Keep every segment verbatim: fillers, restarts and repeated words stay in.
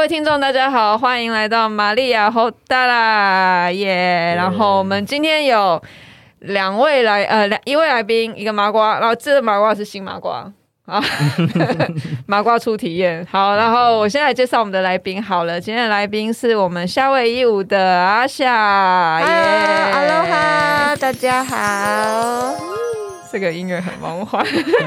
听众大家好，欢迎来到玛利亚后大啦耶！ Yeah, 然后我们今天有两位来呃一位来宾，一个麻瓜，然后这个麻瓜是新麻瓜啊，麻瓜初体验。好，然后我先来介绍我们的来宾好了，今天的来宾是我们夏威夷舞的阿夏耶 ，Aloha， 大家好。 这个音乐很梦幻。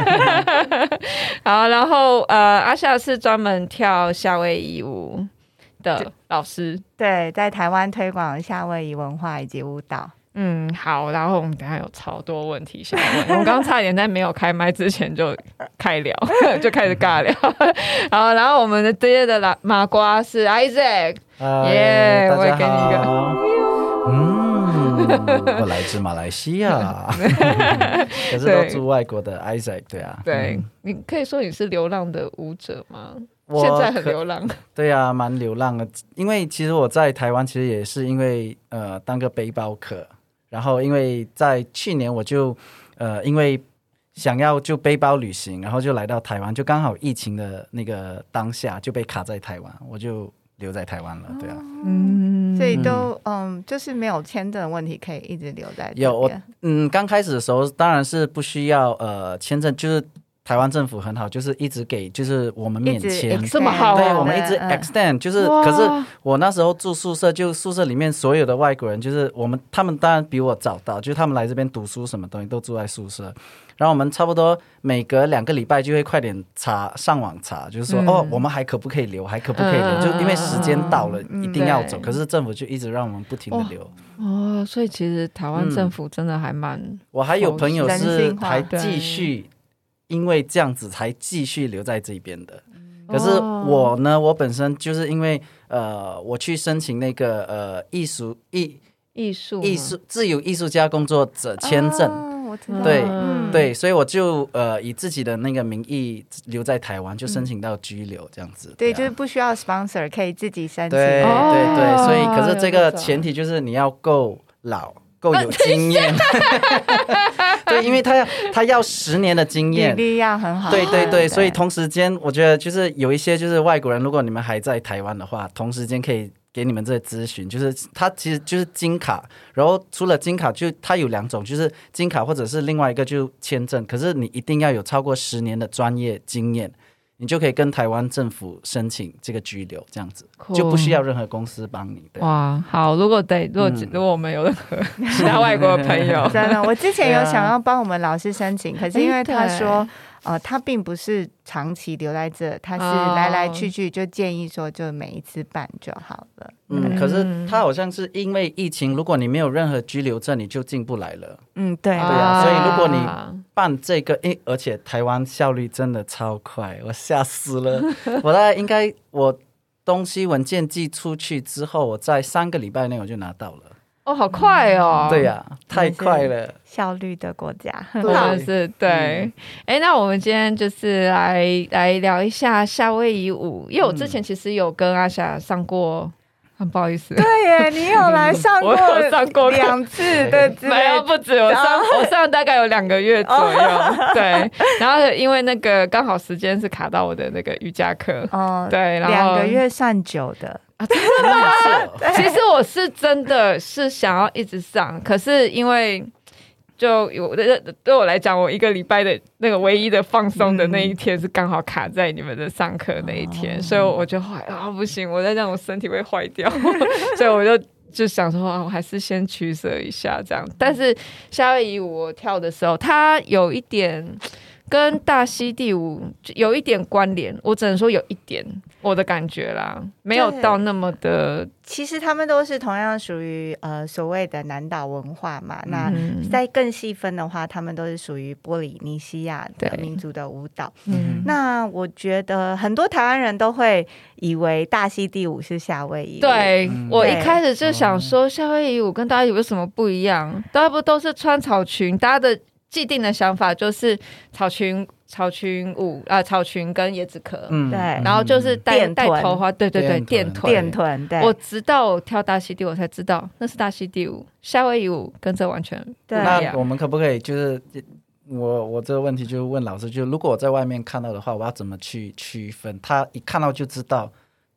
好，然后呃，阿夏是专门跳夏威夷舞的老师， 对，在台湾推广夏威夷文化以及舞蹈。 嗯，好，然后我们等一下有超多问题想问，我们刚刚差点在没有开麦之前就开聊，就开始尬聊。好，然后我们的今天的麻瓜是 Isaac， 耶， yeah, 我也给你一个， 嗯，我来自马来西亚，可是都住外国的 Isaac， 对啊， 对、嗯，你可以说你是流浪的舞者吗？现在很流浪， 对啊，蛮流浪的。因为其实我在台湾，其实也是因为呃当个背包客，然后因为在去年我就呃因为想要就背包旅行，然后就来到台湾，就刚好疫情的那个当下就被卡在台湾，我就留在台湾了，对啊， 嗯，所以都嗯就是没有签证的问题，可以一直留在这边。 有我嗯刚开始的时候当然是不需要呃签证，就是台湾政府很好，就是一直给就是我们免签， 这么好、啊、 对，我们一直 extend、嗯、就是可是我那时候住宿舍，就宿舍里面所有的外国人，就是我们他们当然比我早到，就是他们来这边读书什么东西都住在宿舍，然后我们差不多每隔两个礼拜就会快点查上网查，就是说、嗯、哦我们还可不可以留，还可不可以留、嗯、就因为时间到了、嗯、一定要走，可是政府就一直让我们不停的留。 哦，所以其实台湾政府真的还蛮、嗯、 我还有朋友是还继续因为这样子才继续留在这边的，可是我呢，我本身就是因为呃，我去申请那个呃艺术艺艺术艺术自由艺术家工作者签证， 哦、我知道对、 嗯、 对，所以我就呃以自己的那个名义留在台湾，就申请到居留这样子。 嗯、对, 对、啊，就是不需要 sponsor， 可以自己申请。 对对对，所以可是这个前提就是你要够老。够有经验，对，因为他要他要十年的经验， 履历要很好， 对对 对, 对，所以同时间我觉得就是有一些就是外国人，如果你们还在台湾的话，同时间可以给你们这咨询，就是他其实就是金卡，然后除了金卡就他有两种，就是金卡或者是另外一个就签证，可是你一定要有超过十年的专业经验，你就可以跟台湾政府申请这个居留，这样子、cool. 就不需要任何公司帮你。 哇，好，如果对，如果、嗯、如果我们有任何其他外国的朋友， 真的，我之前有想要帮我们老师申请，可是因为他说，呃，他并不是长期留在这，他是来来去去，就建议说，就每一次办就好了。 嗯，可是他好像是因为疫情，如果你没有任何居留证，你就进不来了。 嗯，对， 对啊，所以如果你办这个，而且台湾效率真的超快，我吓死了。我大概应该我东西文件寄出去之后，我在三个礼拜内我就拿到了。 哦，好快哦！ 对呀、啊，太快了， 效率的国家， 真的是对。哎、嗯，那我们今天就是来来聊一下夏威夷舞，因为我之前其实有跟阿夏上过。很不好意思， 对耶，你有来上过， 我有上过两次的， 没有不止，我上我上大概有两个月左右，对，然后因为那个刚好时间是卡到我的那个瑜伽课，哦，对，然后两个月算久的啊，真的吗？其实我是真的是想要一直上，可是因为。就有对我来讲，我一个礼拜的那个唯一的放松的那一天是刚好卡在你们的上课那一天，嗯、所以我就后来啊不行，我在这样我身体会坏掉，所以我就就想说啊，我还是先取舍一下这样。但是夏威夷舞我跳的时候，它有一点跟大溪地舞有一点关联，我只能说有一点我的感觉啦，没有到那么的。 其实他们都是同样属于呃所谓的南岛文化嘛，嗯、那再更细分的话，他们都是属于波利尼西亚的民族的舞蹈。嗯，那我觉得很多台湾人都会以为大溪地舞是夏威夷舞。 对，嗯、我一开始就想说夏威夷舞跟大溪地舞有什么不一样？大家不都是穿草裙，大家的既定的想法就是草裙。草裙舞啊，草裙跟椰子壳，嗯，对，然后就是戴戴头花，对对对，电臀， 电臀，对。 我直到我跳大溪地，我才知道那是大溪地舞，夏威夷舞跟这完全不一样。 那我们可不可以就是我我这个问题就问老师，就如果我在外面看到的话，我要怎么去区分？他一看到就知道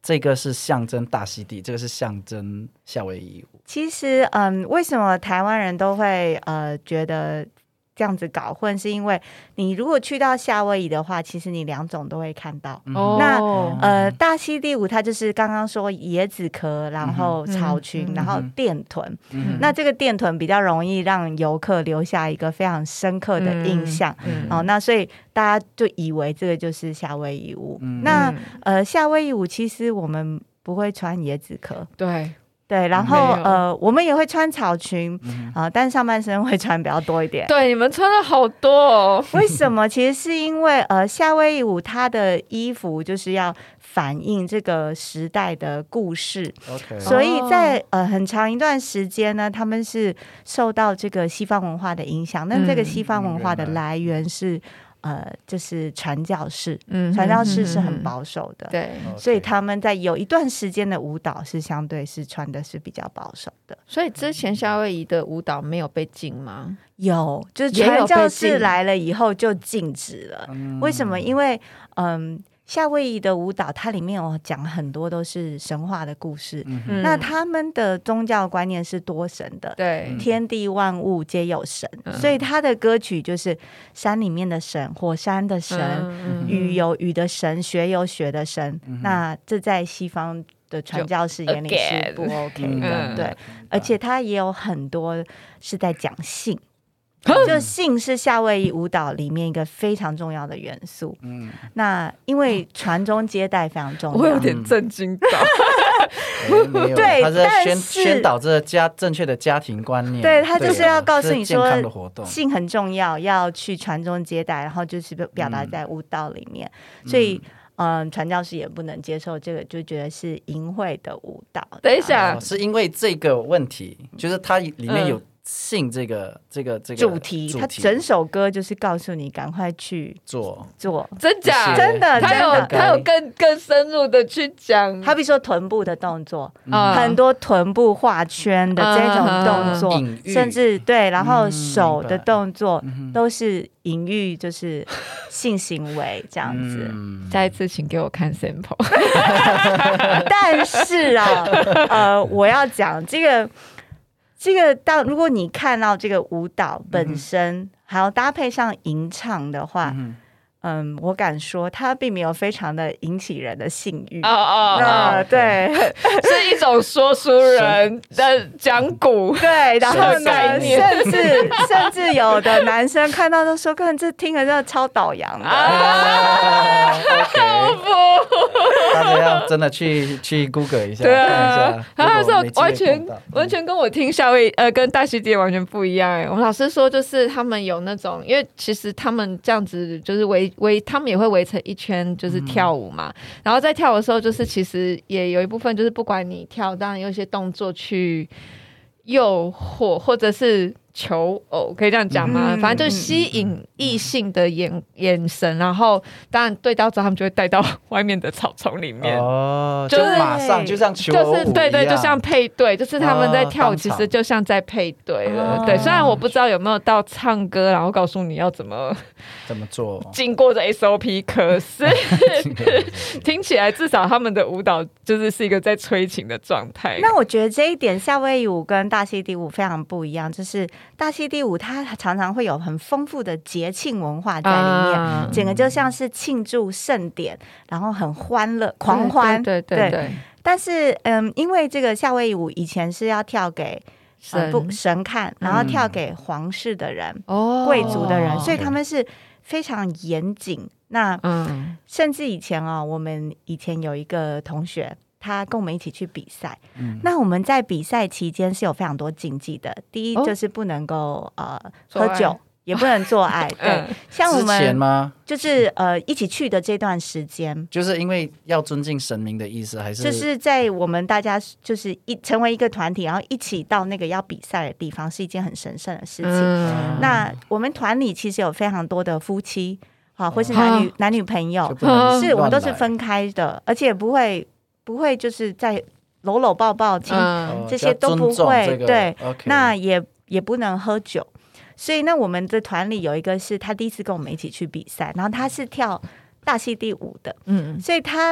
这个是象征大溪地，这个是象征夏威夷舞。 其实，嗯，为什么台湾人都会呃觉得这样子搞混？是因为你如果去到夏威夷的话，其实你两种都会看到。 哦、 那呃，大溪地舞它就是刚刚说椰子壳，然后草裙，嗯、然后电臀。嗯、那这个电臀比较容易让游客留下一个非常深刻的印象。嗯嗯、哦，那所以大家就以为这个就是夏威夷舞。嗯、那呃，夏威夷舞其实我们不会穿椰子壳。 对。 对，然后呃，我们也会穿草裙啊、呃，但上半身会穿比较多一点。 对，你们穿的好多哦。 为什么？其实是因为呃，夏威夷舞它的衣服就是要反映这个时代的故事， okay. 所以在呃很长一段时间呢，他们是受到这个西方文化的影响。但这个西方文化的来源是。呃，就是传教士，嗯，传教士是很保守的， 对、嗯， 所以他们在有一段时间的舞蹈是相对是穿的是比较保守的。 所以之前夏威夷的舞蹈没有被禁吗？ 有，就是传教士来了以后就禁止了。为什么？因为嗯。夏威夷的舞蹈它里面有讲很多都是神话的故事、嗯、那他们的宗教观念是多神的， 对， 天地万物皆有神、嗯、所以他的歌曲就是山里面的神，火山的神、嗯、雨有雨的神，雪有雪的神、嗯、那这在西方的传教士眼里是不 OK 的、嗯、对、嗯，而且他也有很多是在讲性，就性是夏威夷舞蹈里面一个非常重要的元素。嗯，那因为传宗接代非常重要， 我有点震惊到。 欸、没有对，他是在宣宣导这家正确的家庭观念。 对，他就是要告诉你说，性很重要，要去传宗接代，然后就是表达在舞蹈里面。嗯、所以，嗯，传教士也不能接受这个，就觉得是淫秽的舞蹈。 等一下， 哦、是因为这个问题，就是它里面有、嗯。性这个这个这个主题，他整首歌就是告诉你赶快去做做， 真假真的， 他有他有更更深入的去讲， 好比说臀部的动作，嗯、很多臀部画圈的这种动作，嗯、甚至对，然后手的动作、嗯、都是隐喻，就是性行为这样子。 嗯、下一次请给我看 sample。 但是啊，呃，我要讲这个。这个到如果你看到这个舞蹈本身、嗯、还要搭配上吟唱的话，嗯, 嗯，我敢说它并没有非常的引起人的性欲。 哦哦哦， 对， 是一种说书人的讲古， 对，然后呢，甚至甚至有的男生看到都说，看这听了真的超倒洋的。 啊 okay 大家要真的去去 Google 一下， 对啊， 看一下。 然后说完全完全跟我听夏威呃跟大溪地完全不一样哎。我们老师说就是他们有那种，因为其实他们这样子就是围围，他们也会围成一圈就是跳舞嘛。嗯、然后在跳舞的时候，就是其实也有一部分就是不管你跳，当然有一些动作去诱惑或者是。求偶可以这样讲吗、嗯？反正就是吸引异性的眼、嗯、眼神，然后当然对到之后，他们就会带到外面的草丛里面。 哦，就是、就马上就像求偶舞一样， 就是对对，就像配对，就是他们在跳舞，其实就像在配对了。哦、对，虽然我不知道有没有到唱歌，然后告诉你要怎么怎么做， 经过这 S O P， 可是听起来至少他们的舞蹈就是是一个在催情的状态。 那我觉得这一点夏威夷舞跟大溪地舞非常不一样，就是。大溪地舞它常常会有很丰富的节庆文化在里面、啊、整个就像是庆祝盛典，然后很欢乐狂欢， 对对 对, 对, 对。 但是嗯，因为这个夏威夷舞以前是要跳给神、呃、不神看，然后跳给皇室的人、嗯、贵族的人、哦、所以他们是非常严谨。那、嗯、甚至以前啊、哦，我们以前有一个同学他跟我们一起去比赛、嗯，那我们在比赛期间是有非常多禁忌的。第一就是不能够、哦、呃喝酒，也不能做爱。对，嗯、像我们之前吗？就是呃一起去的这段时间， 就是因为要尊敬神明的意思，还是就是在我们大家就是一成为一个团体，然后一起到那个要比赛的地方，是一件很神圣的事情。嗯、那我们团里其实有非常多的夫妻，好，或是男女、哦、男女朋友，是我们都是分开的，而且不会。不会就是在搂搂抱抱亲、嗯、这些都不会、这个、对、okay. 那也也不能喝酒。所以那我们的团里有一个是他第一次跟我们一起去比赛，然后他是跳大溪地舞的，嗯，所以他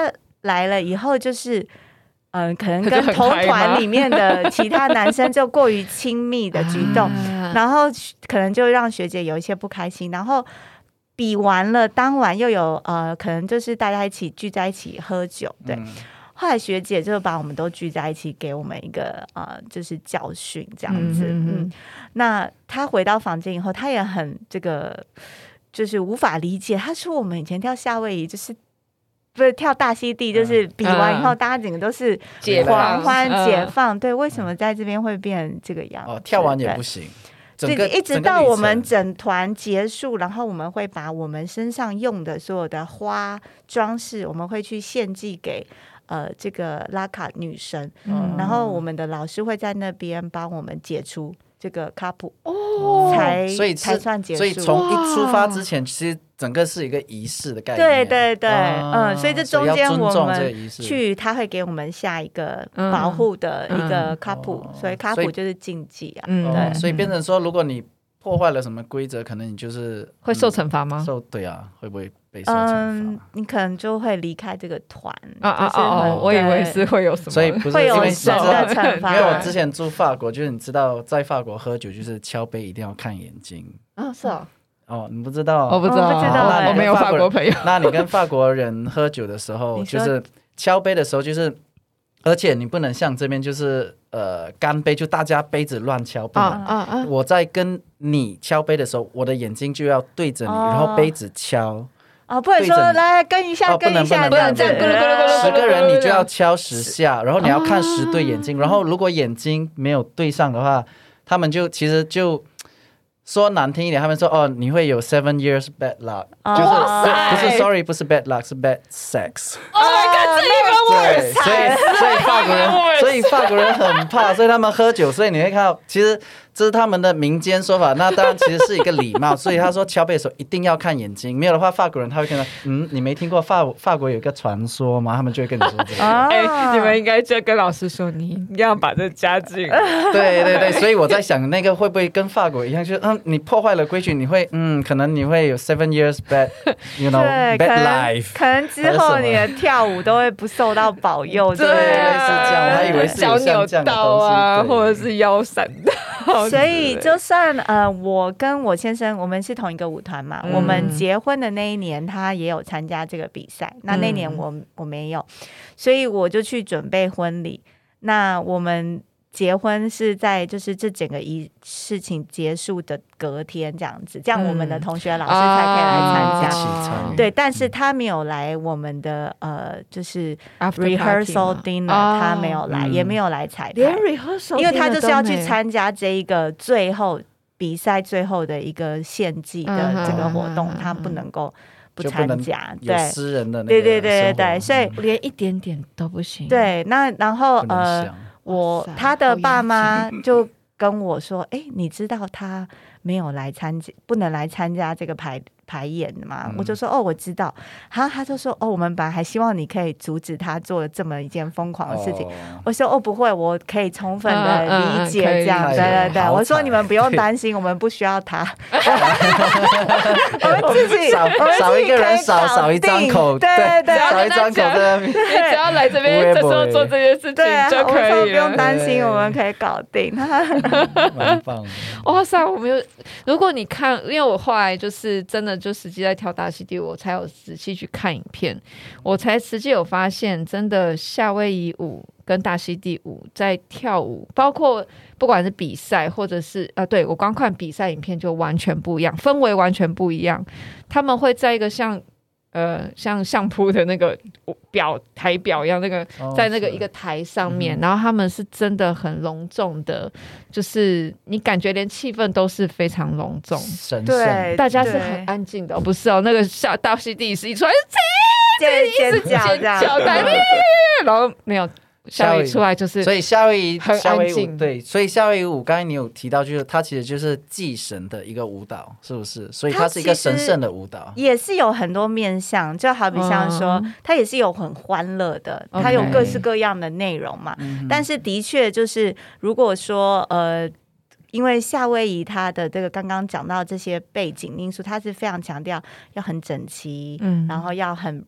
来了以后就是嗯、呃，可能跟同团里面的其他男生就过于亲密的举动然后可能就让学姐有一些不开心，然后比完了当晚又有呃，可能就是大家一起聚在一起喝酒，对、嗯、后来学姐就把我们都聚在一起，给我们一个呃，就是教训这样子。嗯, 嗯，那她回到房间以后，她也很这个就是无法理解，她说我们以前跳夏威夷就是不是跳大溪地，就是比完以后、嗯、大家整个都是狂欢解放、嗯、对，为什么在这边会变这个样子、哦、 跳完也不行， 一直到我们整团结束，然后我们会把我们身上用的所有的花装饰，我们会去献祭给呃这个拉卡女神、嗯、然后我们的老师会在那边帮我们解除这个卡普、哦、才所以才算结束。 所以从一出发之前，其实整个是一个仪式的概念。 对对对、哦、嗯，所以这中间我们去，他会给我们下一个保护的一个卡普、嗯嗯、所以卡普就是禁忌啊。 嗯， 对、 哦，所以变成说，如果你破坏了什么规则，可能你就是会受惩罚吗？ 受对啊，会不会被受惩罚？ 嗯，你可能就会离开这个团啊啊啊！我以为是会有什么， 所以不是会有神的惩罚。 因为我之前住法国，就是你知道，在法国喝酒就是敲杯一定要看眼睛啊，是哦。 哦，你不知道？ 我不知道， 我不知道、欸， 我没有法国朋友。 那你跟法国人喝酒的时候，就是敲杯的时候，就是而且你不能像这边就是呃干杯，就大家杯子乱敲，不能。啊啊、我在跟你敲杯的时候，我的眼睛就要对着你，哦、然后杯子敲。 哦，不能说来跟一下， 哦、跟一下， 不能这样，十个人你就要敲十下，然后你要看十对眼睛，然后如果眼睛没有对上的话，他们就其实就。说难听一点，他们说哦，你会有 seven years bad luck，、哦、就是不是 sorry， 不是 bad luck， 是 bad sex。Oh my god， 这一个我所以所以法国人，所以法国人很怕，所以他们喝酒，所以你会看到，其实这是他们的民间说法。那当然其实是一个礼貌，所以他说敲杯的时候一定要看眼睛，没有的话，法国人他会跟他嗯，你没听过法法国有一个传说吗？他们就会跟你说这个。 哎、欸，你们应该就跟老师说，你一定要把这加进。 对对对，所以我在想，那个会不会跟法国一样，就是嗯。你破坏了规矩，你会嗯，可能你会有 seven years bad you know bad life， 可能之后你的跳舞都会不受到保佑。 对， 类似这样，我还以为是小扭到啊，或者是腰闪到。 所以就算呃，我跟我先生我们是同一个舞团嘛、嗯，我们结婚的那一年他也有参加这个比赛，那那年我、嗯、我没有，所以我就去准备婚礼。那我们结婚是在就是这整个仪事情结束的隔天这样子，这样我们的同学老师才可以来参加、嗯啊、对，但是他没有来我们的呃就是 rehearsal dinner、哦、他没有来、嗯、也没有来彩排， 连 rehearsal 因为他就是要去参加这一个最后比赛最后的一个献祭的这个活动、嗯、他不能够不参加， 有私人的那个对对对对对，所以连一点点都不行。 对，那然后呃我他的爸妈就跟我说：“哎、欸，你知道他没有来参加，不能来参加这个排排演的嘛、嗯？”我就说：“哦，我知道。”他他就说：“哦，我们本来还希望你可以阻止他做这么一件疯狂的事情。哦”我说：“哦，不会，我可以充分的理解这样。嗯”嗯、對对对，我说你们不用担心，我们不需要他，我们自己少少一个人少少一张口， 对对对， 少一张口在那边， 你只要来这边的时候做这件事情就可以了， 我说不用担心，我们可以搞定。 蛮棒的。 哇塞，我们有，如果你看，因为我后来就是真的就实际在跳大溪地，我才有仔细去看影片，我才实际有发现，真的夏威夷舞跟大溪地舞在跳舞，包括不管是比赛或者是啊，对，我光看比赛影片就完全不一样，氛围完全不一样。他们会在一个像呃像相扑的那个表台表一样，那个在那个一个台上面、哦嗯，然后他们是真的很隆重的，就是你感觉连气氛都是非常隆重， 神对， 大家是很安静的、哦，不是哦，那个下大溪地是一出来尖尖叫尖叫台面，然后没有。夏威夷出来就是， 所以夏威夷很安静， 对，所以夏威夷舞刚才你有提到，就是它其实就是祭神的一个舞蹈，是不是？所以它是一个神圣的舞蹈， 也是有很多面向，就好比像说，嗯、它也是有很欢乐的，它有各式各样的内容嘛。Okay. 但是的确就是，如果说呃。因为夏威夷它的这个刚刚讲到这些背景因素，它是非常强调要很整齐，嗯、然后要很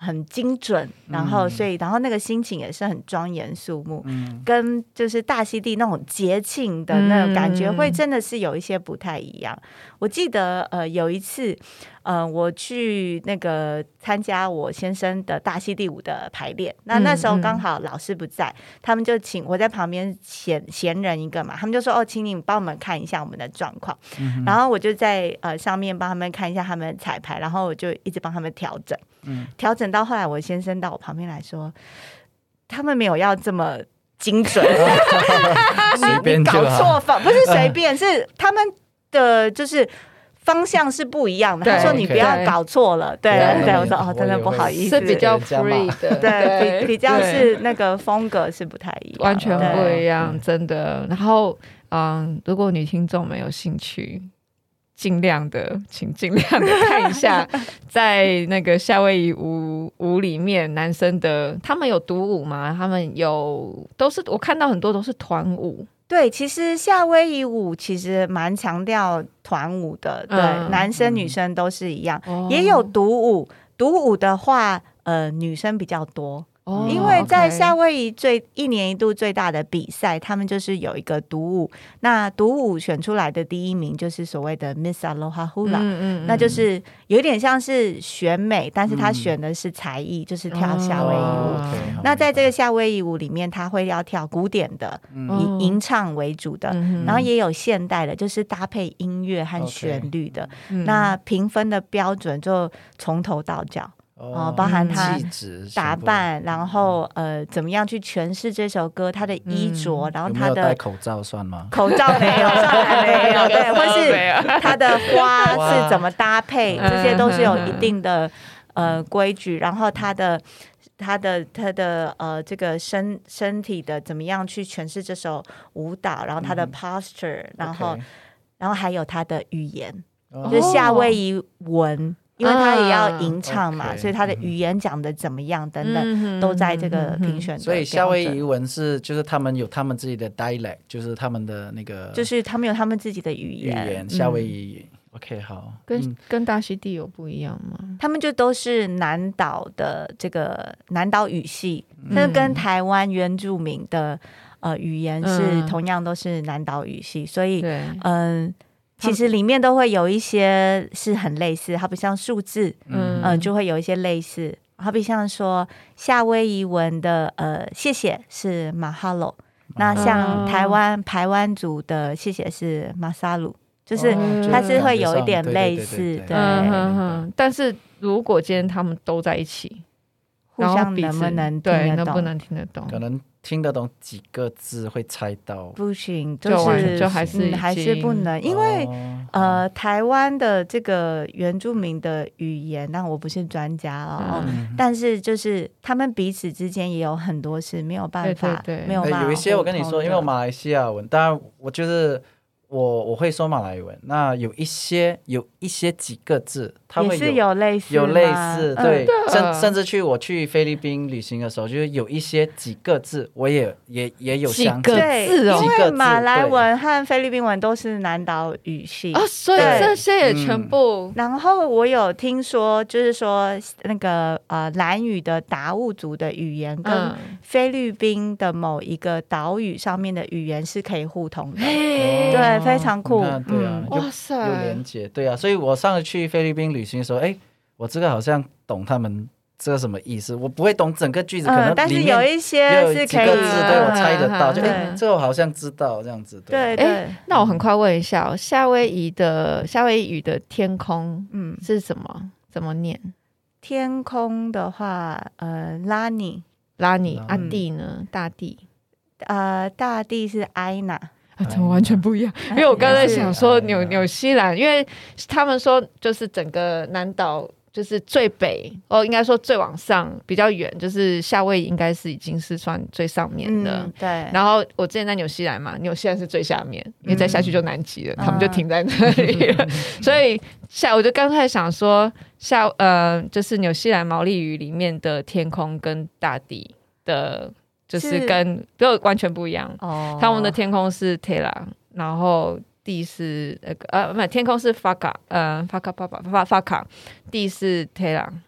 很精准，然后所以然后那个心情也是很庄严肃穆，嗯，跟就是大溪地那种节庆的那种感觉，嗯，会真的是有一些不太一样。我记得呃有一次，呃我去那个参加我先生的大溪地舞的排练，那那时候刚好老师不在，他们就请我在旁边闲闲人一个嘛，他们就说哦，请你帮我们看一下我们的状况，嗯，然后我就在呃上面帮他们看一下他们的彩排，然后我就一直帮他们调整，嗯，调整到后来，我先生到我旁边来说，他们没有要这么精准，你你搞错方，不是随便，是他们的就是方向是不一样的。他说你不要搞错了，对对对，我说哦，真的不好意思， 是比较 free 的， 对，比比较是那个风格是不太一样， 完全不一样，真的。然后嗯，如果女听众们有兴趣，尽量的，请尽量的看一下，在那个夏威夷舞舞里面，男生的他们有独舞吗？他们有都是我看到很多都是团舞。 对，其实夏威夷舞其实蛮强调团舞的，对，嗯，男生女生都是一样，嗯，也有独舞。独舞的话，呃，女生比较多。哦，因为在夏威夷最一年一度最大的比赛，他们就是有一个独舞，那独舞选出来的第一名就是所谓的 Miss Aloha Hula，嗯嗯嗯，那就是有点像是选美，但是他选的是才艺，嗯，就是跳夏威夷舞，哦，那在这个夏威夷舞里面，他会要跳古典的，嗯，以吟唱为主的，嗯，然后也有现代的，就是搭配音乐和旋律的，嗯，那评分的标准就从头到脚。哦，包含他打扮，然后呃，怎么样去诠释这首歌，他的衣着，嗯，然后他的有没有戴口罩算吗？ 口罩没有，算还没有，对，或是他的花是怎么搭配，这些都是有一定的呃规矩。然后他的他的他的呃这个身身体的怎么样去诠释这首舞蹈，然后他的 posture，嗯，然后、okay. 然后还有他的语言，哦，就是夏威夷文。因为他也要吟唱嘛，啊 okay, 所以他的语言讲的怎么样等等，嗯，都在这个评选的标准。 所以夏威夷文是就是他们有他们自己的 dialect， 就是他们的那个， 就是他们有他们自己的语言。 语言夏威夷语。嗯，OK， 好， 跟、嗯、跟大溪地有不一样吗？ 他们就都是南岛的这个南岛语系，但是跟台湾原住民的呃语言是同样都是南岛语系，所以嗯。其实里面都会有一些是很类似，好比像数字，嗯、呃，就会有一些类似，好比像说夏威夷文的呃谢谢是 mahalo， 那像台湾排湾族的谢谢是 masalu， 就是它是会有一点类似，对。 但是如果今天他们都在一起， 互相能不能听得懂？ 对，能不能听得懂？ 可能。听得懂几个字会猜到， 不行，就是就还是、 嗯、还是不能，因为、哦、呃，台湾的这个原住民的语言，那我不是专家哦、嗯，但是就是他们彼此之间也有很多是没有办法， 对对对没有办法、欸。 有一些我跟你说，因为我马来西亚文，当然我就是我我会说马来文，那有一些有一些几个字。他们有, 也是有类似有类似，对，嗯、甚甚至去我去菲律宾旅行的时候，就是有一些几个字，我也也也有相似， 几个字哦， 因为马来文和菲律宾文都是南岛语系啊、哦，所以这些也全部、 嗯。然后我有听说，就是说那个呃兰语的达悟族的语言跟菲律宾的某一个岛屿上面的语言是可以互通的， 嗯、 对，非常酷， 对啊， 哇塞， 有连结，对啊，所以我上次去菲律宾旅。旅行说，哎，我这个好像懂他们这个什么意思，我不会懂整个句子，嗯、可能但是有一些是可以， 有几个字对我猜得到，就哎，这个我好像知道这样子。 对对， 哎，那我很快问一下、哦，夏威夷的夏威夷语的天空，嗯，是什么？怎么念？ 天空的话，呃，拉尼， 拉尼，阿地呢？大地， 呃，大地是埃娜。 怎么完全不一样？因为我刚才想说纽纽西兰，因为他们说就是整个南岛就是最北哦，应该说最往上比较远，就是夏威夷应该是已经是算最上面的。 嗯、对。 然后我之前在纽西兰嘛，纽西兰是最下面，因为再下去就南极了，嗯、他们就停在那里了。嗯、所以夏我就刚才想说夏呃，就是纽西兰毛利语里面的天空跟大地的。就是跟就完全不一样，哦、他们的天空是 Tela， 然后地是呃呃，不，天空是 Faka， 呃 Faka Papa Faka， 地是 Tela，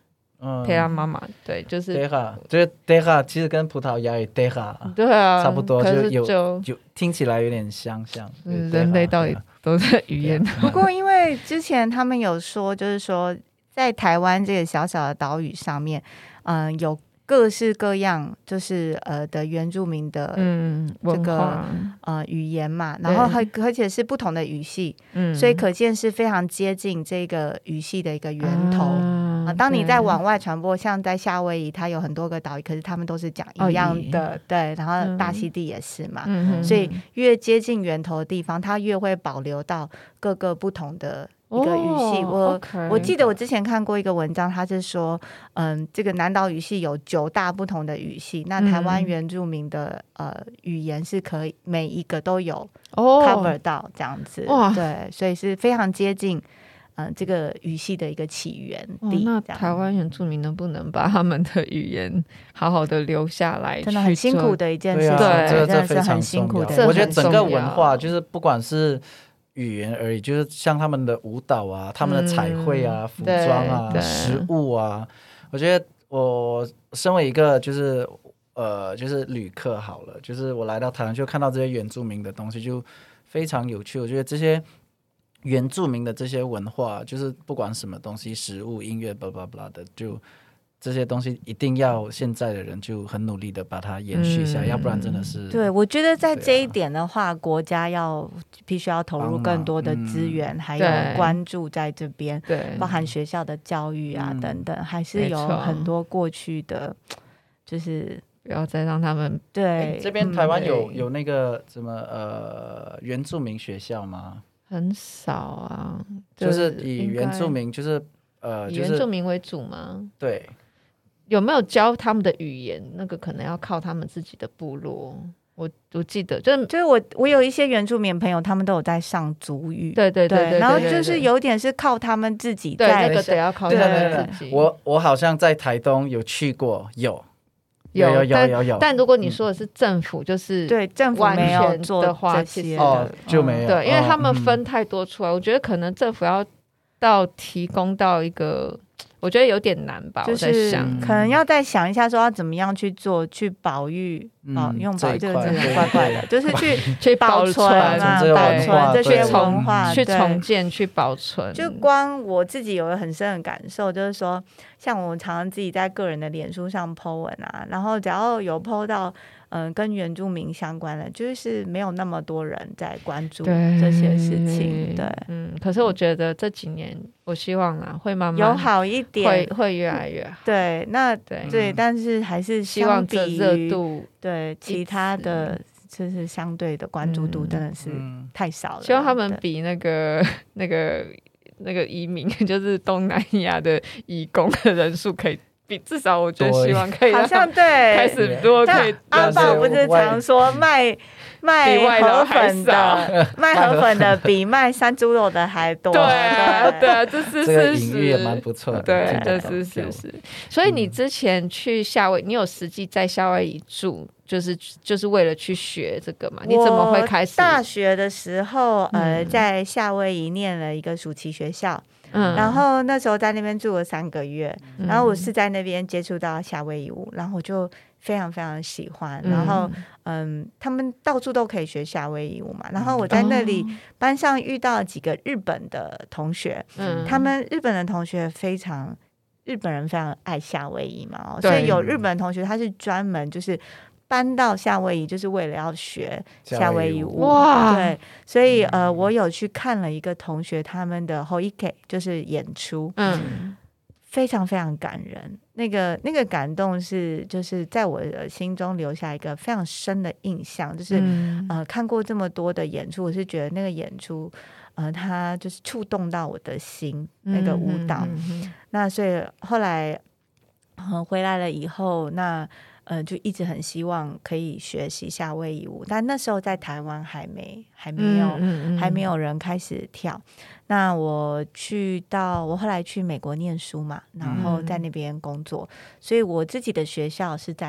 佩拉妈妈，对，就是 Deha， 就是 Deha， 其实跟葡萄牙语 Deha， 对啊， 差不多， 就有就有听起来有点相像。 嗯，人类到底都是语言。 不过因为之前他们有说，就是说在台湾这个小小的岛屿上面，嗯、呃，有各式各样就是呃的原住民的嗯这个、 嗯、 呃语言嘛，然后还而且是不同的语系， 嗯， 所以可见是非常接近这个语系的一个源头。 啊啊，当你在往外传播，像在夏威夷，它有很多个岛屿，可是他们都是讲一样的，哦、对。然后大溪地也是嘛，嗯、所以越接近源头的地方，它越会保留到各个不同的一个语系。 哦、 我、 okay、 我记得我之前看过一个文章，它是说，嗯，这个南岛语系有九大不同的语系，那台湾原住民的、嗯、呃语言是可以每一个都有 cover 到这样子， 哦、 对，所以是非常接近。嗯、呃，这个语系的一个起源地、 哦，那台湾原住民能不能把他们的语言好好的留下来？ 真的很辛苦的一件事情， 对、啊， 对， 这真的是很辛苦的。 我觉得整个文化就是不管是语言而已，就是像他们的舞蹈啊、他们的彩绘啊、嗯、服装啊、食物啊，我觉得我身为一个就是呃就是旅客好了，就是我来到台湾就看到这些原住民的东西就非常有趣，我觉得这些。原住民的这些文化，就是不管什么东西，食物、音乐，巴拉巴拉的，就这些东西一定要现在的人就很努力的把它延续下来、嗯，要不然真的是。 对，我觉得在这一点的话，啊、国家要必须要投入更多的资源，嗯、还有关注在这边，对，包含学校的教育啊、嗯、等等，还是有很多过去的，就是不要再让他们对。 这边台湾有、嗯、有那个什么呃原住民学校吗？ 很少啊， 就是以原住民，就是呃， 以原住民为主吗？ 对， 有没有教他们的语言？那个可能要靠他们自己的部落。我我记得，就是就是我我有一些原住民朋友，他们都有在上族语， 对对 对, 对, 对, 对, 对， 然后就是有点是靠他们自己在， 对，那个得要靠他们自己。 我我好像在台东有去过，有。有有有有有， 但如果你说的是政府，就是对政府没有做的话， 其实哦就没有， 对，因为他们分太多出来，我觉得可能政府要到提供到一个，我觉得有点难吧。 就是我在想， 可能要再想一下，说要怎么样去做，去保育，哦，用保育这个字怪怪的，就是去去保存啊，保存这些文化， 去重建，去保存。 就光我自己有个很深的感受，就是说。像我常常自己在个人的脸书上 po 文啊，然后只要有 po 到嗯、呃、跟原住民相关的，就是没有那么多人在关注这些事情。对， 嗯，可是我觉得这几年，我希望啊会慢慢有好一点， 会会越来越好。 对，那对对、嗯，但是还是希望这热度对其他的。就是相对的关注度真的是太少了， 嗯、希望他们比那个那个那个移民，就是东南亚的移工的人数可以比，至少我觉得希望可以好像对开始多可以。 阿宝不是常说卖卖河粉的，卖河粉的比卖山猪肉的还多。 对啊，对啊，这是事实， 这个也蛮不错的。 对，这是事实。所以你之前去夏威夷，你有实际在夏威夷住？就是就是为了去学这个嘛？你怎么会开始？ 大学的时候，呃，嗯、在夏威夷念了一个暑期学校，嗯，然后那时候在那边住了三个月，嗯、然后我是在那边接触到夏威夷舞，然后我就非常非常喜欢，嗯、然后嗯，他们到处都可以学夏威夷舞嘛，然后我在那里班上遇到几个日本的同学，嗯，他们日本的同学非常日本人非常爱夏威夷嘛，所以有日本同学他是专门就是。搬到夏威夷就是为了要学夏威夷舞，哇！对，所以呃，我有去看了一个同学他们的 Hoike， 就是演出，嗯，非常非常感人。那个那个感动是就是在我的心中留下一个非常深的印象，就是、嗯、呃，看过这么多的演出，我是觉得那个演出呃，它就是触动到我的心，那个舞蹈。嗯嗯嗯、那所以后来、呃、回来了以后，那。呃，就一直很希望可以学习夏威夷舞，但那时候在台湾还没还没有、嗯嗯嗯、还没有人开始跳。那我去到我后来去美国念书嘛，然后在那边工作，嗯、所以我自己的学校是在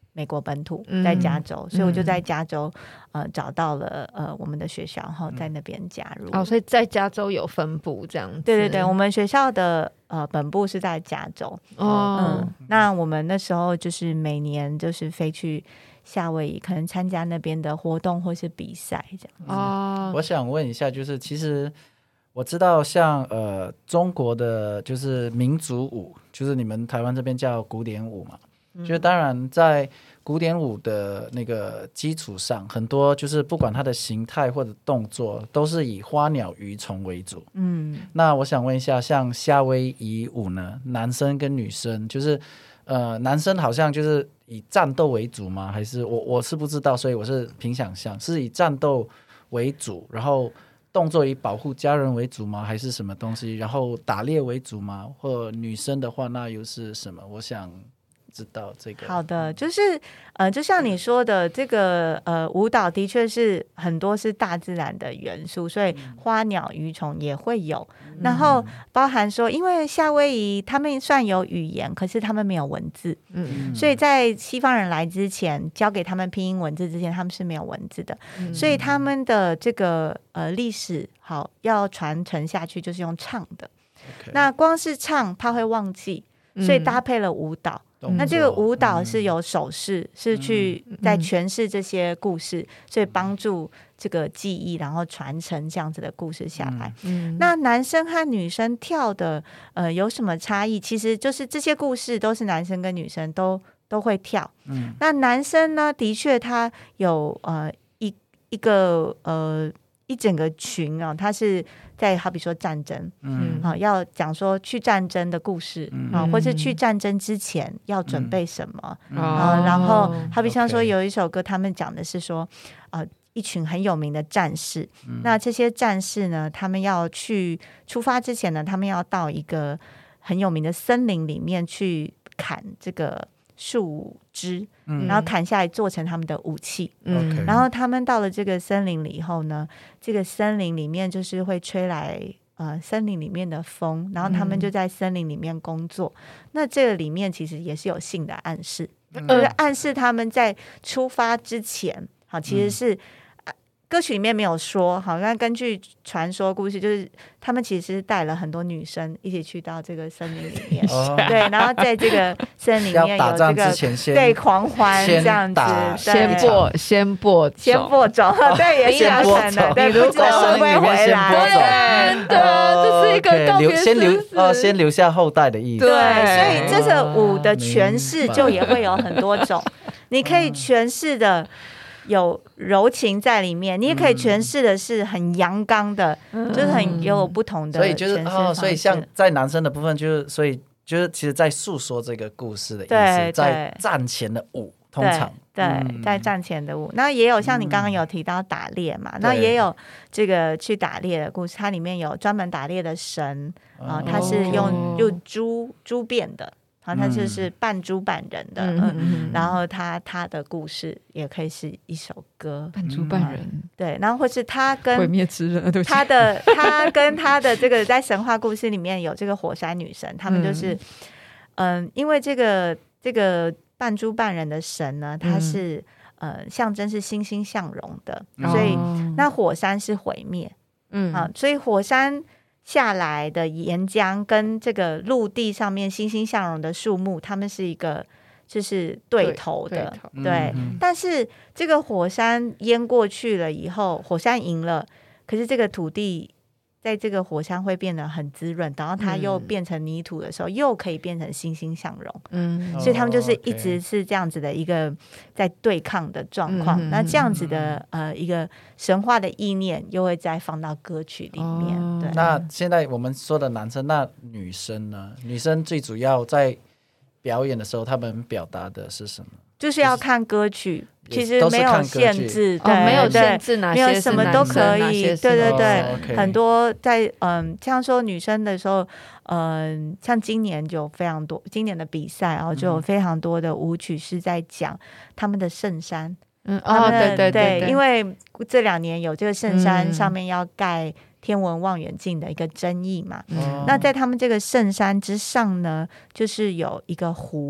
美国本土，在加州，嗯、所以我就在加州呃找到了呃我们的学校，然后在那边加入。 哦，所以在加州有分部这样子。 对对对，我们学校的呃本部是在加州。哦，嗯，那我们那时候就是每年就是飞去夏威夷，可能参加那边的活动或是比赛这样。 哦，我想问一下，就是其实。我知道像呃中国的就是民族舞，就是你们台湾这边叫古典舞嘛，嗯、就当然在古典舞的那个基础上，很多就是不管它的形态或者动作都是以花鸟鱼虫为主。嗯，那我想问一下，像夏威夷舞呢，男生跟女生就是呃男生好像就是以战斗为主吗？还是我我是不知道，所以我是凭想象是以战斗为主，然后动作以保护家人为主吗？还是什么东西？然后打猎为主吗？或女生的话，那又是什么？我想知道这个。 好的，就是呃，就像你说的，这个呃舞蹈的确是很多是大自然的元素，所以花鸟鱼虫也会有。嗯、然后包含说，因为夏威夷他们算有语言，可是他们没有文字，嗯，所以在西方人来之前，教给他们拼音文字之前，他们是没有文字的，嗯、所以他们的这个呃历史好要传承下去，就是用唱的。Okay. 那光是唱，怕会忘记，所以搭配了舞蹈。嗯、那这个舞蹈是有手势，嗯、是去在诠释这些故事，嗯、所以帮助这个记忆，然后传承这样子的故事下来。嗯、那男生和女生跳的呃有什么差异？其实就是这些故事都是男生跟女生都都会跳。嗯、那男生呢，的确他有呃一一个呃一整个群啊，他是。在好比说战争，嗯，好，要讲说去战争的故事，嗯，啊，或是去战争之前要准备什么，嗯、啊，然后好比像说有一首歌，他们讲的是说，呃，一群很有名的战士，嗯、那这些战士呢，他们要去出发之前呢，他们要到一个很有名的森林里面去砍这个树枝，嗯、然后砍下来做成他们的武器。嗯、然后他们到了这个森林里以后呢，这个森林里面就是会吹来呃森林里面的风，然后他们就在森林里面工作。嗯、那这个里面其实也是有性的暗示，嗯、就是暗示他们在出发之前，好，其实是。嗯歌曲里面没有说，好像根据传说故事，就是他们其实带了很多女生一起去到这个森林里面，哦、对，然后在这个森林里面有这个对狂欢这样子， 先播先播先播种，对，也是要看的，对， 如果会不会回来？对，这是一个告别先留哦，先留下后代的意思。 对，所以这个舞的诠释就也会有很多种，你可以诠释的。有柔情在里面，你也可以诠释的是很阳刚的，嗯、就是很有不同的诠释方式。 所以就是哦，所以像在男生的部分，就是所以就是其实，在诉说这个故事的意思，在战前的舞，通常对，对嗯、在战前的舞，那也有像你刚刚有提到打猎嘛，嗯、那也有这个去打猎的故事，它里面有专门打猎的神啊，它、呃、是用用猪猪变的。然后他就是半猪半人的，嗯嗯嗯、然后他他的故事也可以是一首歌， 半猪半人， 嗯、对，然后或是他跟毁灭之人，对不起， 他的他跟他的这个在神话故事里面有这个火山女神，他们就是嗯、呃，因为这个这个半猪半人的神呢，他是、嗯、呃象征是欣欣向荣的，所以、哦、那火山是毁灭，嗯啊，所以火山。下来的岩浆跟这个陆地上面欣欣向荣的树木，它们是一个就是对头的，对。对嗯、但是这个火山淹过去了以后，火山赢了，可是这个土地在这个火山会变得很滋润，然后它又变成泥土的时候，嗯、又可以变成欣欣向荣。嗯，所以他们就是一直是这样子的一个在对抗的状况。嗯、那这样子的呃一个神话的意念，又会再放到歌曲里面。哦、对。 那现在我们说的男生，那女生呢？女生最主要在表演的时候，他们表达的是什么？ 就是要看歌曲。其实没有限制，对、 哦，没有限制哪些是男生， 没有什么都可以，对对对， 哦 okay、 很多在嗯，像说女生的时候，嗯，像今年就非常多，今年的比赛然后就有非常多的舞曲是在讲他们的圣山， 嗯，哦，对对 对, 对，因为这两年有这个圣山上面要盖天文望远镜的一个争议嘛，嗯、那在他们这个圣山之上呢，就是有一个湖。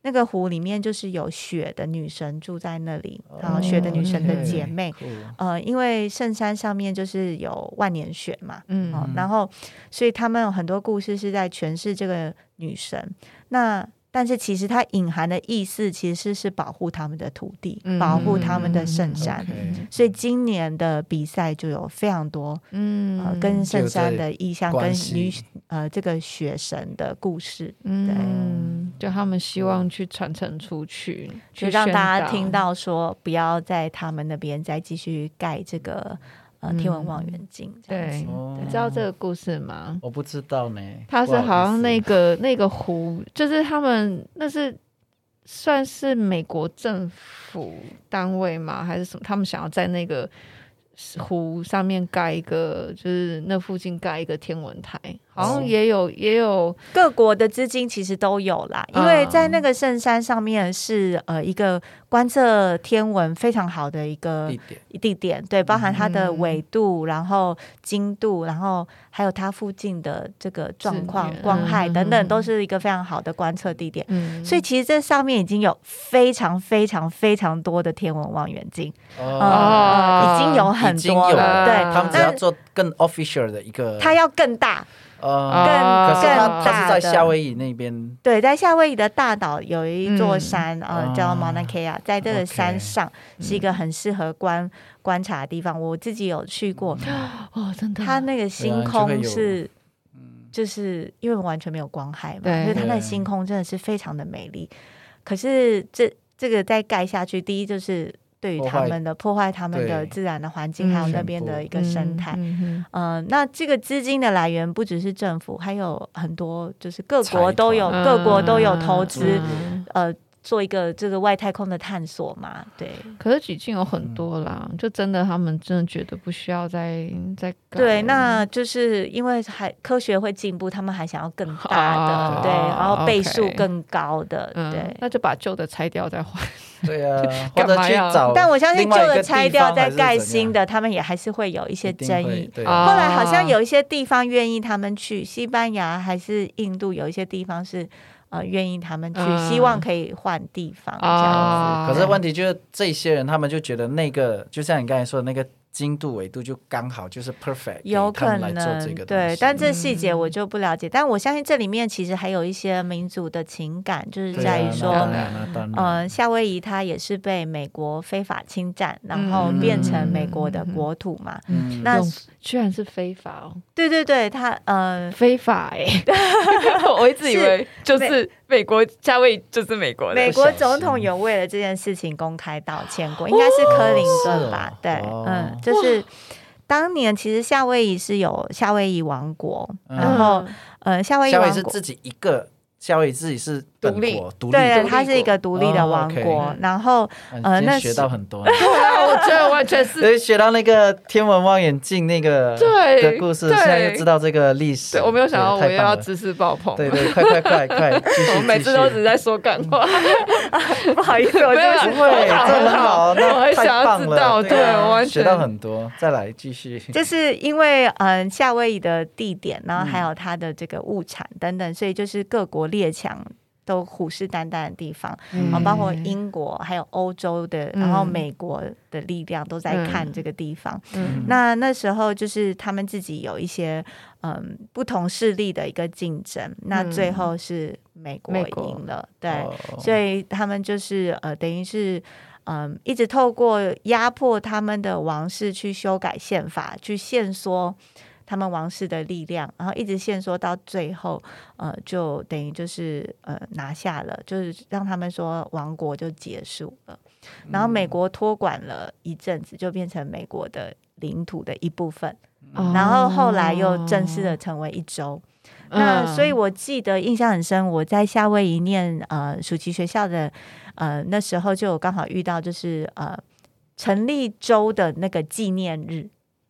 那个湖里面就是有雪的女神住在那里，然后雪的女神的姐妹，哦、呃，因为圣山上面就是有万年雪嘛，嗯、哦，然后所以他们有很多故事是在诠释这个女神。那但是其实它隐含的意思其实是保护他们的土地，嗯、保护他们的圣山。嗯 okay. 所以今年的比赛就有非常多，嗯，呃、跟圣山的意象，跟女呃这个雪神的故事， 嗯，就他们希望去传承出去， 就让大家听到说，不要在他们那边再继续盖这个。呃，天文望远镜、嗯， 对，你知道这个故事吗？ 我不知道呢。 它是好像那个那个湖，就是他们那是算是美国政府单位吗？还是什么？他们想要在那个湖上面盖一个，就是那附近盖一个天文台，好像也有、哦、也有各国的资金其实都有啦，因为在那个圣山上面是呃一个观测天文非常好的一个地点，地点对，包含它的纬度、嗯、然后经度，然后还有它附近的这个状况、光害等等，都是一个非常好的观测地点、嗯、所以其实这上面已经有非常非常非常多的天文望远镜、哦呃、已经有很多了，对， 他们只要做更 official 的一个， 它要更大呃，更可是它它是在夏威夷那边， 对，在夏威夷的大岛有一座山，嗯、呃，叫 Mauna Kea， 在这个山上是一个很适合观、嗯、观察的地方。我自己有去过， 哦，真的， 它那个星空是，就是因为完全没有光害嘛，所以它那个星空真的是非常的美丽。可是这这个再盖下去，第一就是对于他们的破坏他们的自然的环境，还有那边的一个生态。嗯呃、那这个资金的来源不只是政府，还有很多就是各国都有各国都有投资、嗯、呃做一个这个外太空的探索嘛，对。 可是几近有很多啦、嗯，就真的他们真的觉得不需要再再对，那就是因为还科学会进步，他们还想要更大的，哦、对，然后倍数更高的，嗯、对， 那就把旧的拆掉再换。 对啊，或者去找， 但我相信旧的拆掉再盖新的，他们也还是会有一些争议。后来好像有一些地方愿意他们去，西班牙还是印度有一些地方是。呃，愿意他们去、嗯，希望可以换地方这样子。可是问题就是这些人，他们就觉得那个，就像你刚才说的那个经度纬度就刚好就是 perfect， 有可能做这个对，但这细节我就不了解、嗯。但我相信这里面其实还有一些民族的情感，就是在于说，呃，夏威夷它也是被美国非法侵占，然后变成美国的国土嘛。 嗯、那居然是非法哦！ 对对对，它呃非法哎、欸，我一直以为就是美国夏威夷就是美国的。 美国总统有为了这件事情公开道歉过，应该是柯林顿吧？哦、对，哦、嗯，就是当年其实夏威夷是有夏威夷王国，嗯、然后呃夏威夷王国夏威夷是自己一个。夏威夷自己是独立， 独立， 对，它是一个独立的王国。哦 okay、然后，呃，那学到很多， 对啊，我觉得完全是， 所以学到那个天文望远镜那个的故事，现在又知道这个历史。 我没有想到我又要知识爆棚， 对对，快快快快！ 我每次都只是在说干话， 不好意思，我没有不会，这很好，那我很想要知道，对，我完全学到很多。再来继续， 就是因为嗯夏威夷的地点，然后还有它的这个物产等等，所以就是各国列强都虎视眈眈的地方、嗯、包括英国还有欧洲的、嗯、然后美国的力量都在看这个地方、嗯、那那时候就是他们自己有一些嗯不同势力的一个竞争、嗯、那最后是美国赢了，对、哦、所以他们就是呃等于是嗯一直透过压迫他们的王室去修改宪法，去限缩他们王室的力量，然后一直限缩到最后，呃，就等于就是呃拿下了，就是让他们说王国就结束了。然后美国托管了一阵子，就变成美国的领土的一部分。嗯、然后后来又正式的成为一州。嗯、那所以我记得印象很深，我在夏威夷念呃暑期学校的呃那时候就有刚好遇到，就是呃成立州的那个纪念日。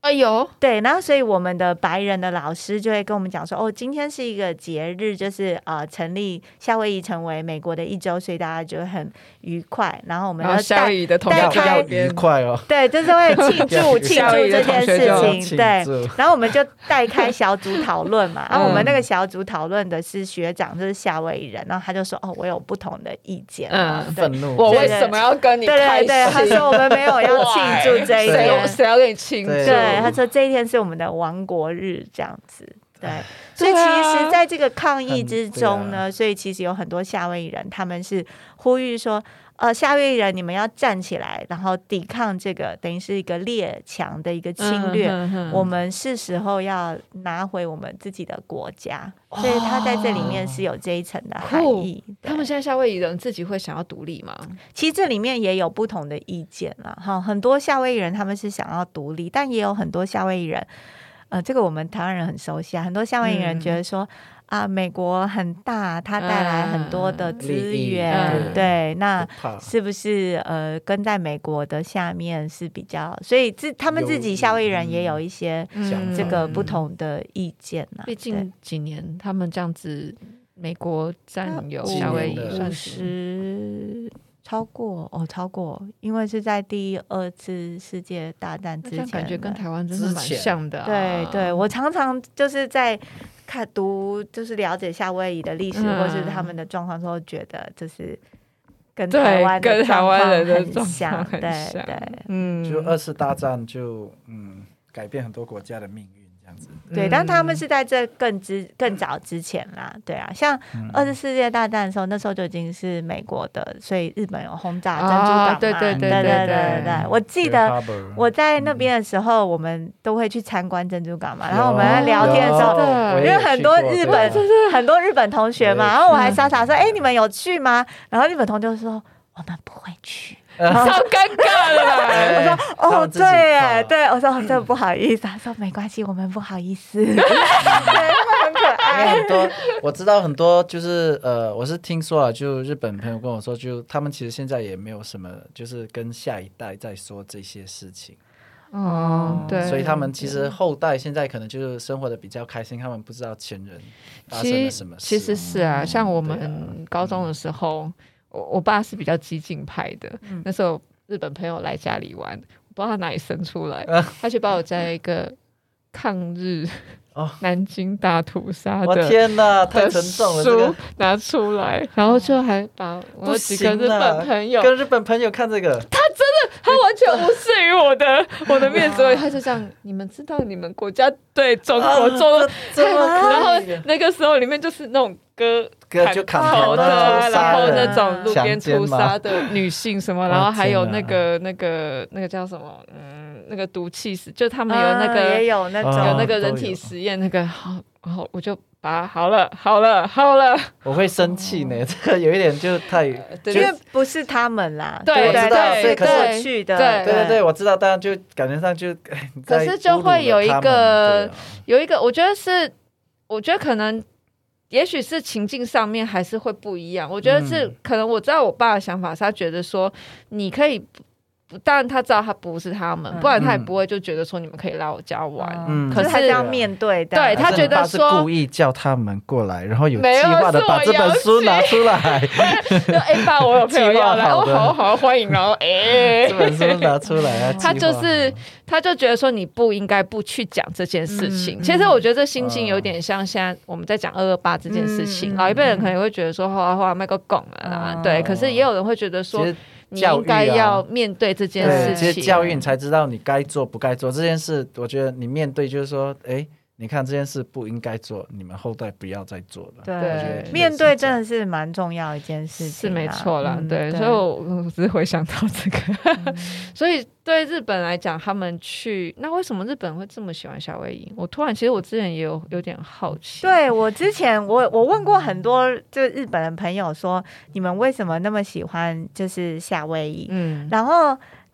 哎呦， 对，然后所以我们的白人的老师就会跟我们讲说，哦，今天是一个节日，就是呃成立夏威夷成为美国的一州，所以大家就会很愉快。然后我们要夏威夷的同学要愉快哦， 对，就是会庆祝庆祝这件事情，对。然后我们就带开小组讨论嘛，然后我们那个小组讨论的是学长，就是夏威夷人，然后他就说，哦，我有不同的意见，嗯， 愤怒， 我为什么要跟你开心？ 对对对，他说我们没有要庆祝这一天， 谁要跟你庆祝？ 对，他说这一天是我们的亡国日，这样子。对，所以其实在这个抗议之中呢，所以其实有很多夏威夷人，他们是呼吁说，呃，夏威夷人你们要站起来，然后抵抗这个等于是一个列强的一个侵略，嗯、哼哼我们是时候要拿回我们自己的国家，哦、所以他在这里面是有这一层的含义。 他们现在夏威夷人自己会想要独立吗？ 其实这里面也有不同的意见啦，哈，很多夏威夷人他们是想要独立，但也有很多夏威夷人。呃，这个我们台湾人很熟悉啊，很多夏威夷人觉得说、嗯、啊，美国很大，它带来很多的资源，嗯、对，那是不是呃跟在美国的下面是比较，所以自他们自己夏威夷人也有一些这个不同的意见啊。 毕竟几年他们这样子，美国占有夏威夷算是。 超过哦，超过，因为是在第二次世界大战之前， 感觉跟台湾真的蛮像的、啊。 对对，我常常就是在看读，就是了解夏威夷的历史，嗯、或是他们的状况，时候觉得就是跟台湾的状况很像，对对， 嗯，就二次大战就嗯改变很多国家的命运。 对，但他们是在这更之更早之前啦，对啊，像二次世界大战的时候，那时候就已经是美国的，所以日本有轰炸珍珠港嘛， 对对对对对对对。 我记得我在那边的时候，我们都会去参观珍珠港嘛，然后我们在聊天的时候，因为很多日本很多日本同学嘛，然后我还傻傻说，哎，你们有去吗？然后日本同学就说，我们不会去。 超尴尬的啦！ 我说哦，对哎，对，我说真的不好意思。他说没关系，我们不好意思。对，很可爱。 很多我知道很多就是呃，我是听说啊，就日本朋友跟我说，就他们其实现在也没有什么，就是跟下一代在说这些事情。 哦，对， 所以他们其实后代现在可能就是生活的比较开心，他们不知道前人发生了什么事。 其实是啊，像我们高中的时候。我, 我爸是比较激进派的、嗯、那时候日本朋友来家里玩，我不知道他哪里生出来、啊、他去把我在一个抗日、哦、南京大屠杀的， 我天哪，太沉重了， 书拿出来，然后就还把我几个日本朋友跟日本朋友看这个， 他真的他完全无视于我的我的面子，他就这样，你们知道你们国家对中国做了、啊、然后那个时候里面就是那种歌就砍头的，然后那种路边屠杀的女性什么，然后还有那个那个那个叫什么，嗯，那个毒气室，就他们有那个、 啊、也有那种有那个人体实验那个，好，然后我就把好了好了好了， 我会生气呢，这个有一点就太，因为不是他们啦， 对， 我知道， 对，可是去的， 对对对对，我知道，当然就感觉上就， 可是就会有一个有一个，我觉得是，我觉得可能。也许是情境上面还是会不一样，我觉得是可能我知道我爸的想法是他觉得说你可以，当然他知道他不是他们、嗯、不然他也不会就觉得说你们可以来我家玩、 嗯、可是还是要面对的， 对，他觉得说是故意叫他们过来，然后有计划的把这本书拿出来就哎爸我有朋友要来，我好好欢迎，然后哎这本书拿出来啊， 他就是他就觉得说你不应该不去讲这件事情、嗯、其实我觉得这心境有点像现在我们在讲二二八这件事情、嗯、老一辈人可能会觉得说哗哗麦个拱了啦、嗯、对，可是也有人会觉得说你应该要面对这件事情、啊、 其实教育你才知道你该做不该做这件事，我觉得你面对就是说哎，你看这件事不应该做，你们后代不要再做了。 对，面对真的是蛮重要一件事情、啊、 是没错啦、嗯、对, 对，所以我只是回想到这个、嗯、所以对日本来讲他们去，那为什么日本会这么喜欢夏威夷？我突然其实我之前也有有点好奇。 对，我之前我我问过很多就日本的朋友说你们为什么那么喜欢就是夏威夷，嗯，然后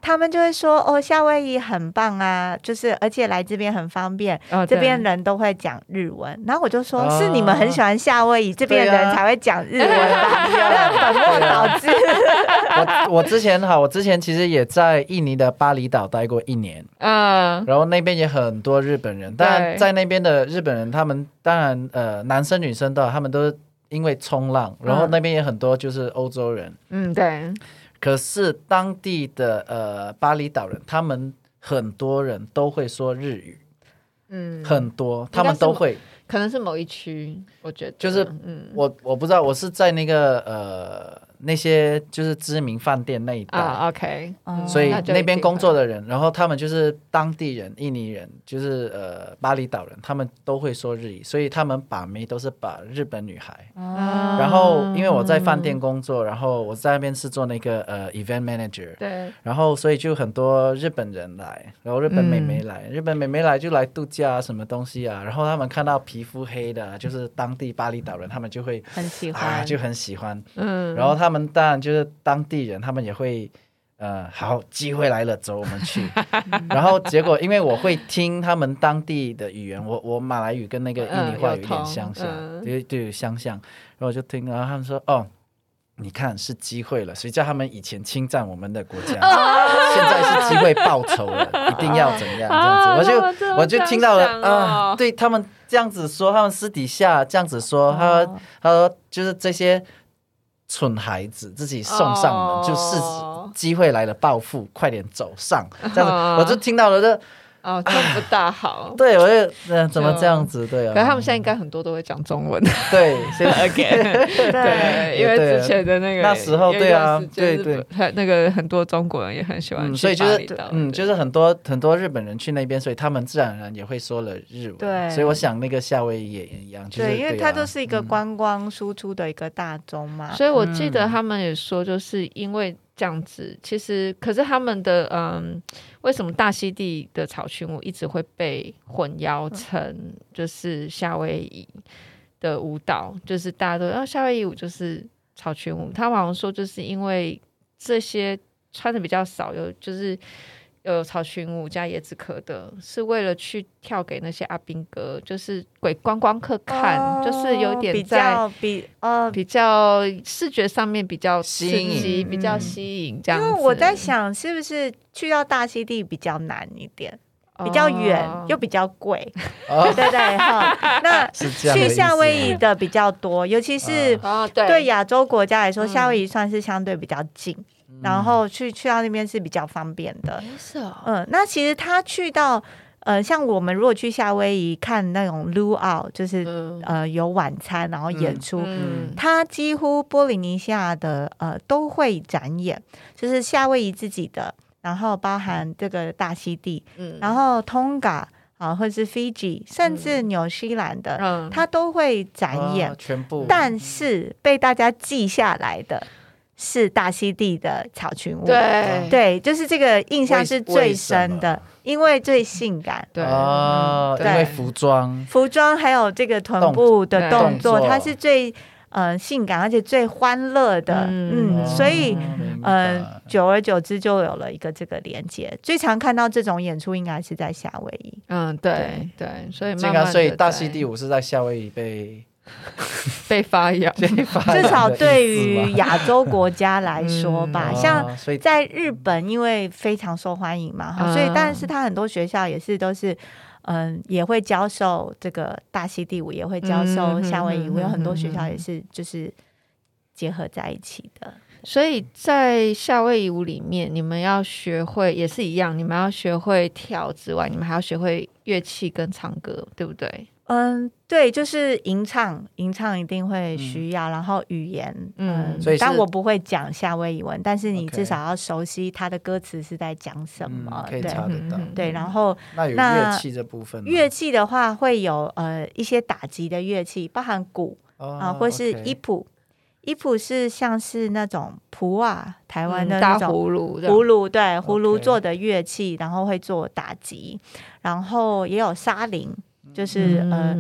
他们就会说哦，夏威夷很棒啊，就是而且来这边很方便， 哦、 这边人都会讲日文。然后我就说、 哦、 是你们很喜欢夏威夷这边的人才会讲日文吧，本末倒置。 我我之前好，我之前其实也在印尼的巴厘岛待过一年，嗯，然后那边也很多日本人，但在那边的日本人，他们当然呃男生女生都他们都是因为冲浪，然后那边也很多就是欧洲人， 嗯，对。 可是当地的呃巴厘岛人，他们很多人都会说日语，嗯，很多他们都会， 可能是某一区，我觉得就是，嗯，我我不知道，我是在那个呃那些就是知名饭店那一带、 啊、OK，、 嗯、所以那边工作的人，然后他们就是当地人、印尼人，就是呃巴厘岛人，他们都会说日语，所以他们把妹都是把日本女孩。哦、然后因为我在饭店工作，然后我在那边是做那个呃 event manager， 对， 然后所以就很多日本人来，然后日本妹妹来，嗯、日本妹妹来就来度假啊，什么东西啊，然后他们看到皮肤黑的，就是当地巴厘岛人，他们就会很喜欢， 啊、就很喜欢，嗯，然后他们。他们当然就是当地人，他们也会呃，好，机会来了，走，我们去。然后结果，因为我会听他们当地的语言，我我马来语跟那个印尼话有点相像，嗯、对对，相像。然后我就听，然后他们说，哦，你看是机会了，谁叫他们以前侵占我们的国家，哦、现在是机会报仇了，一定要怎样这样子。哦、我就我就听到了啊，对他们这样子说，他们私底下这样子说，哦、他说他说就是这些。蠢孩子自己送上门， oh. 就是机会来了，报复，快点走上，这样子， oh. 我就听到了就哦，这不大好。 对，我就、呃、怎么这样子？对啊。 可是他们现在应该很多都会讲中文。 对，现在 again， 对，因为之前的那个那时候，对啊，对对， 那个很多中国人也很喜欢去、嗯， 所以就是嗯，就是很多很多日本人去那边，所以他们自然而然也会说了日文。对，所以我想那个夏威夷也一样，就是、 对，因为它就是一个观光输出的一个大宗嘛。 嗯、所以我记得他们也说，就是因为。这样子，其实可是他们的嗯，为什么大溪地的草裙舞一直会被混淆成就是夏威夷的舞蹈？就是大家都啊，夏威夷舞就是草裙舞。他们好像说，就是因为这些穿的比较少，有就是有草裙舞加椰子壳的，是为了去跳给那些阿兵哥，就是给观光客看，哦、就是有点在比较比呃比较视觉上面比较刺激，比较吸引这样子。 因为我在想，是不是去到大溪地比较难一点？比较远、哦、又比较贵，哦、对对哈。那去夏威夷的比较多，尤其是对亚洲国家来说，哦、夏威夷算是相对比较近。嗯、然后去去到那边是比较方便的， 是哦。 嗯，那其实他去到呃，像我们如果去夏威夷看那种 luau， 就是、嗯、呃有晚餐然后演出，嗯嗯、他几乎波利尼西亚的呃都会展演，就是夏威夷自己的，然后包含这个大溪地，嗯、然后 Tonga 啊，或者是 Fiji， 甚至纽西兰的，嗯、他都会展演， 哦、全部。 但是被大家记下来的。是大溪地的草裙舞， 对对，就是这个印象是最深的，因为最性感， 对， 哦，因为服装、 服装还有这个臀部的动作，它是最呃性感而且最欢乐的，嗯，嗯所以呃，久而久之就有了一个这个连接。最常看到这种演出应该是在夏威夷， 嗯，对对，所以慢慢所以大溪地舞是在夏威夷被。 被发扬， 至少对于亚洲国家来说吧，嗯、像在日本，因为非常受欢迎嘛，嗯、所以但是他很多学校也是都是，嗯，也会教授这个大溪地舞，也会教授夏威夷舞，有很多学校也是就是结合在一起的。 所以在夏威夷舞里面，你们要学会也是一样，你们要学会跳之外，你们还要学会乐器跟唱歌，对不对？ 嗯，对，就是吟唱，吟唱一定会需要，嗯、然后语言，嗯，嗯但我不会讲夏威夷文，但是你至少要熟悉它的歌词是在讲什么， 嗯、可以查得到。 对，然后那有乐器这部分， 乐器的话会有呃一些打击的乐器，包含鼓、哦、啊，或是伊普。伊普是像是那种普瓦，台湾的那种葫芦， 葫芦对，葫芦做的乐器，然后会做打击，然后也有沙铃，就是、嗯、呃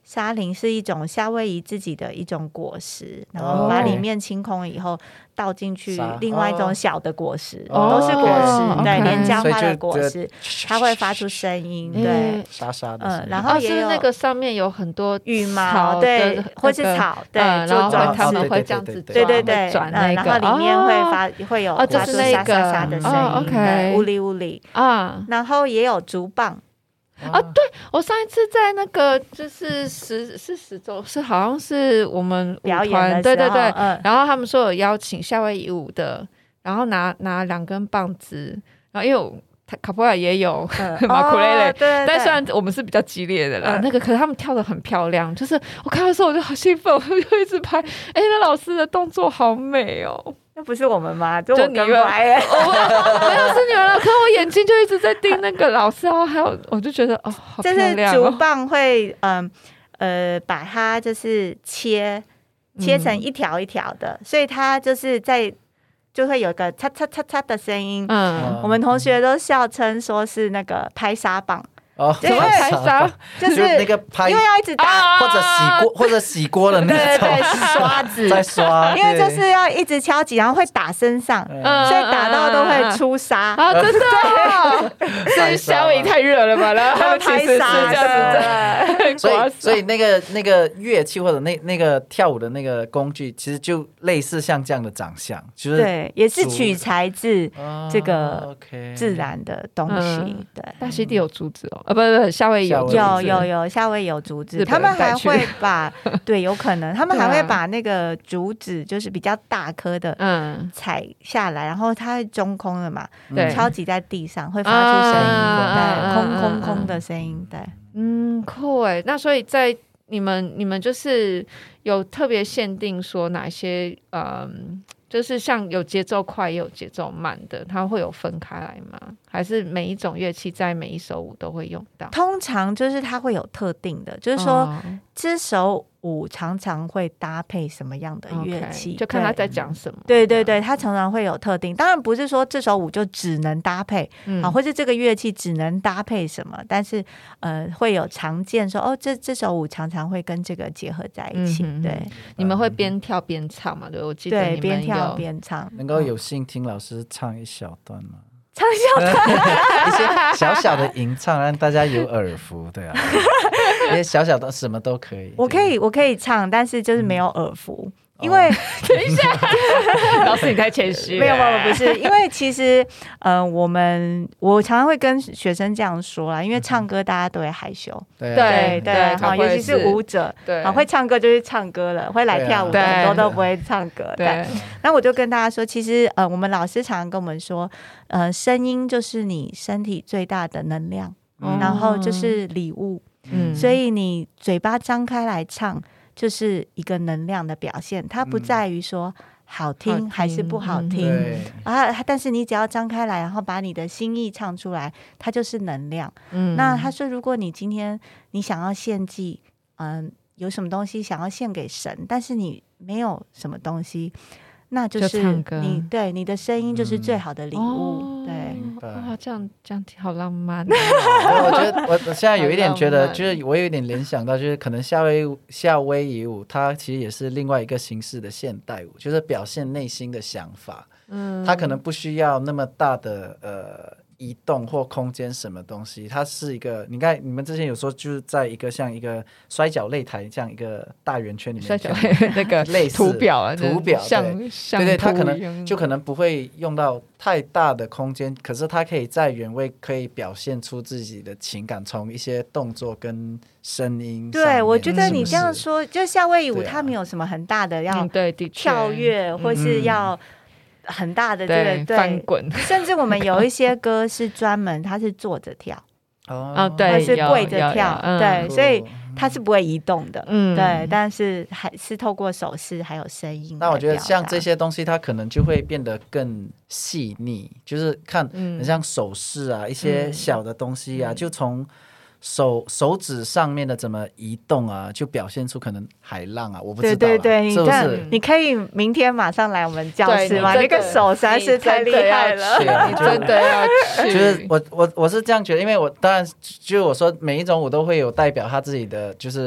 沙林是一种夏威夷自己的一种果实，然后把里面清空以后倒进去另外一种小的果实，哦、都是果实，哦、对，连浆花的果实，它会发出声音，对， 沙沙的，嗯， 然后也有、 哦、那个上面有很多羽毛，对，或是草，对， 嗯、然后他们会这样子， 对对对， 转那个， 然后里面会发、哦、会有发出沙沙沙的声音， 哦、 对，呜哩呜哩啊，然后也有竹棒。 啊，对，我上一次在那个就是十是十周是好像是我们表演的， 对对对、 嗯， 然后他们说有邀请夏威夷舞的，然后拿拿两根棒子，然后因为我卡波亚也有、嗯、马库雷雷、 哦，对对对， 但虽然我们是比较激烈的啦，嗯、那个可是他们跳得很漂亮，就是我看的时候我就好兴奋，我就一直拍，哎，那老师的动作好美哦。 那不是我们吗？就我跟拍耶， 我没有是你们了。可我眼睛就一直在盯那个老师，然后还有我就觉得哦，好漂亮、哦。 就是竹棒会嗯 呃, 呃把它就是切切成一条一条的，嗯、所以它就是在就会有一个嚓嚓嚓嚓的声音。嗯，我们同学都笑称说是那个拍沙棒。 哦， 怎么拍沙？ 就是那个拍， 因为要一直打，啊、 或者洗锅，或者洗锅的那种， 对对对，刷子在刷， 因为就是要一直敲击，然后会打身上，嗯、所以打到都会出沙啊！真的、哦，所以夏威夷太热了吧？然后他们其实是这样子， 所以所以那个那个乐器或者那那个跳舞的那个工具，其实就类似像这样的长相，就是对，也是取材自这个自然的东西。嗯、对， 大溪地有竹子哦。啊，不不，夏威夷有有有有夏威夷有竹子，他们还会把对，有可能他们还会把那个竹子，就是比较大颗的，嗯，采下来，然后它会中空的嘛，对，敲击在地上会发出声音，对，空空空的声音，对， 嗯，酷哎，那所以在你们你们就是有特别限定说哪些嗯。就是像有节奏快也有节奏慢的，它会有分开来吗？还是每一种乐器在每一首舞都会用到？ 通常就是它会有特定的，就是说、哦、这首舞常常会搭配什么样的乐器， okay, 就看他在讲什么。 对对对，它常常会有特定。当然不是说这首舞就只能搭配，嗯、啊，或是这个乐器只能搭配什么，但是呃会有常见说哦，这这首舞常常会跟这个结合在一起。嗯、对， 你们会边跳边唱嘛？对，我记得你们有对边跳边唱， 能够有幸听老师唱一小段吗？ 唱一小段， 一些小小的吟唱，让大家有耳福，对啊，一些小小的什么都可以。 我可以，我可以唱，但是就是没有耳福。因为、哦、 等一下，老师你太谦虚。 没有没有不是，因为其实呃，我们我常常会跟学生这样说啦，因为唱歌大家都会害羞， 对对对，好，尤其是舞者，对，好会唱歌就是唱歌了，会来跳舞的很多都不会唱歌，对。那我就跟大家说，其实呃，我们老师常常跟我们说，呃，声音就是你身体最大的能量，嗯、然后就是礼物，嗯，所以你嘴巴张开来唱。就是一个能量的表现，它不在于说好听还是不好听、嗯、啊，但是你只要张开来，然后把你的心意唱出来，它就是能量。嗯，那他说，如果你今天你想要献祭，嗯，有什么东西想要献给神，但是你没有什么东西，那就是你对你的声音就是最好的礼物。嗯哦、对。 哇，这样这样好浪漫、啊我觉得我我现在有一点觉得，就是我有一点联想到，就是可能夏威夏威夷舞，它其实也是另外一个形式的现代舞，就是表现内心的想法。嗯，它可能不需要那么大的呃移动或空间什么东西，它是一个，你看你们之前有说就是在一个像一个摔角擂台这样一个大圆圈里面， 摔角那个类似图表啊， 图表像对对对，它可能就可能不会用到太大的空间，可是它可以在原位可以表现出自己的情感，从一些动作跟声音。 对，我觉得你这样说，是就夏威夷舞它没有什么很大的要跳跃、嗯、或是要很大的这个翻滚， 甚至我们有一些歌是专门它是坐着跳哦，对， 它是跪着跳， 嗯、 对，所以它是不会移动的，嗯，对，但是还是透过手势还有声音。 那我觉得像这些东西，它可能就会变得更细腻，就是看，嗯，像手势啊，一些小的东西啊，嗯、就从。手手指上面的怎么移动啊，就表现出可能海浪啊，我不知道、啊， 对对对， 是不是？ 你可以明天马上来我们教室吗？那个手实在是太厉害了， 你真的要去。 就是我我我是这样觉得，因为我当然就是我说每一种舞都会有代表他自己的就是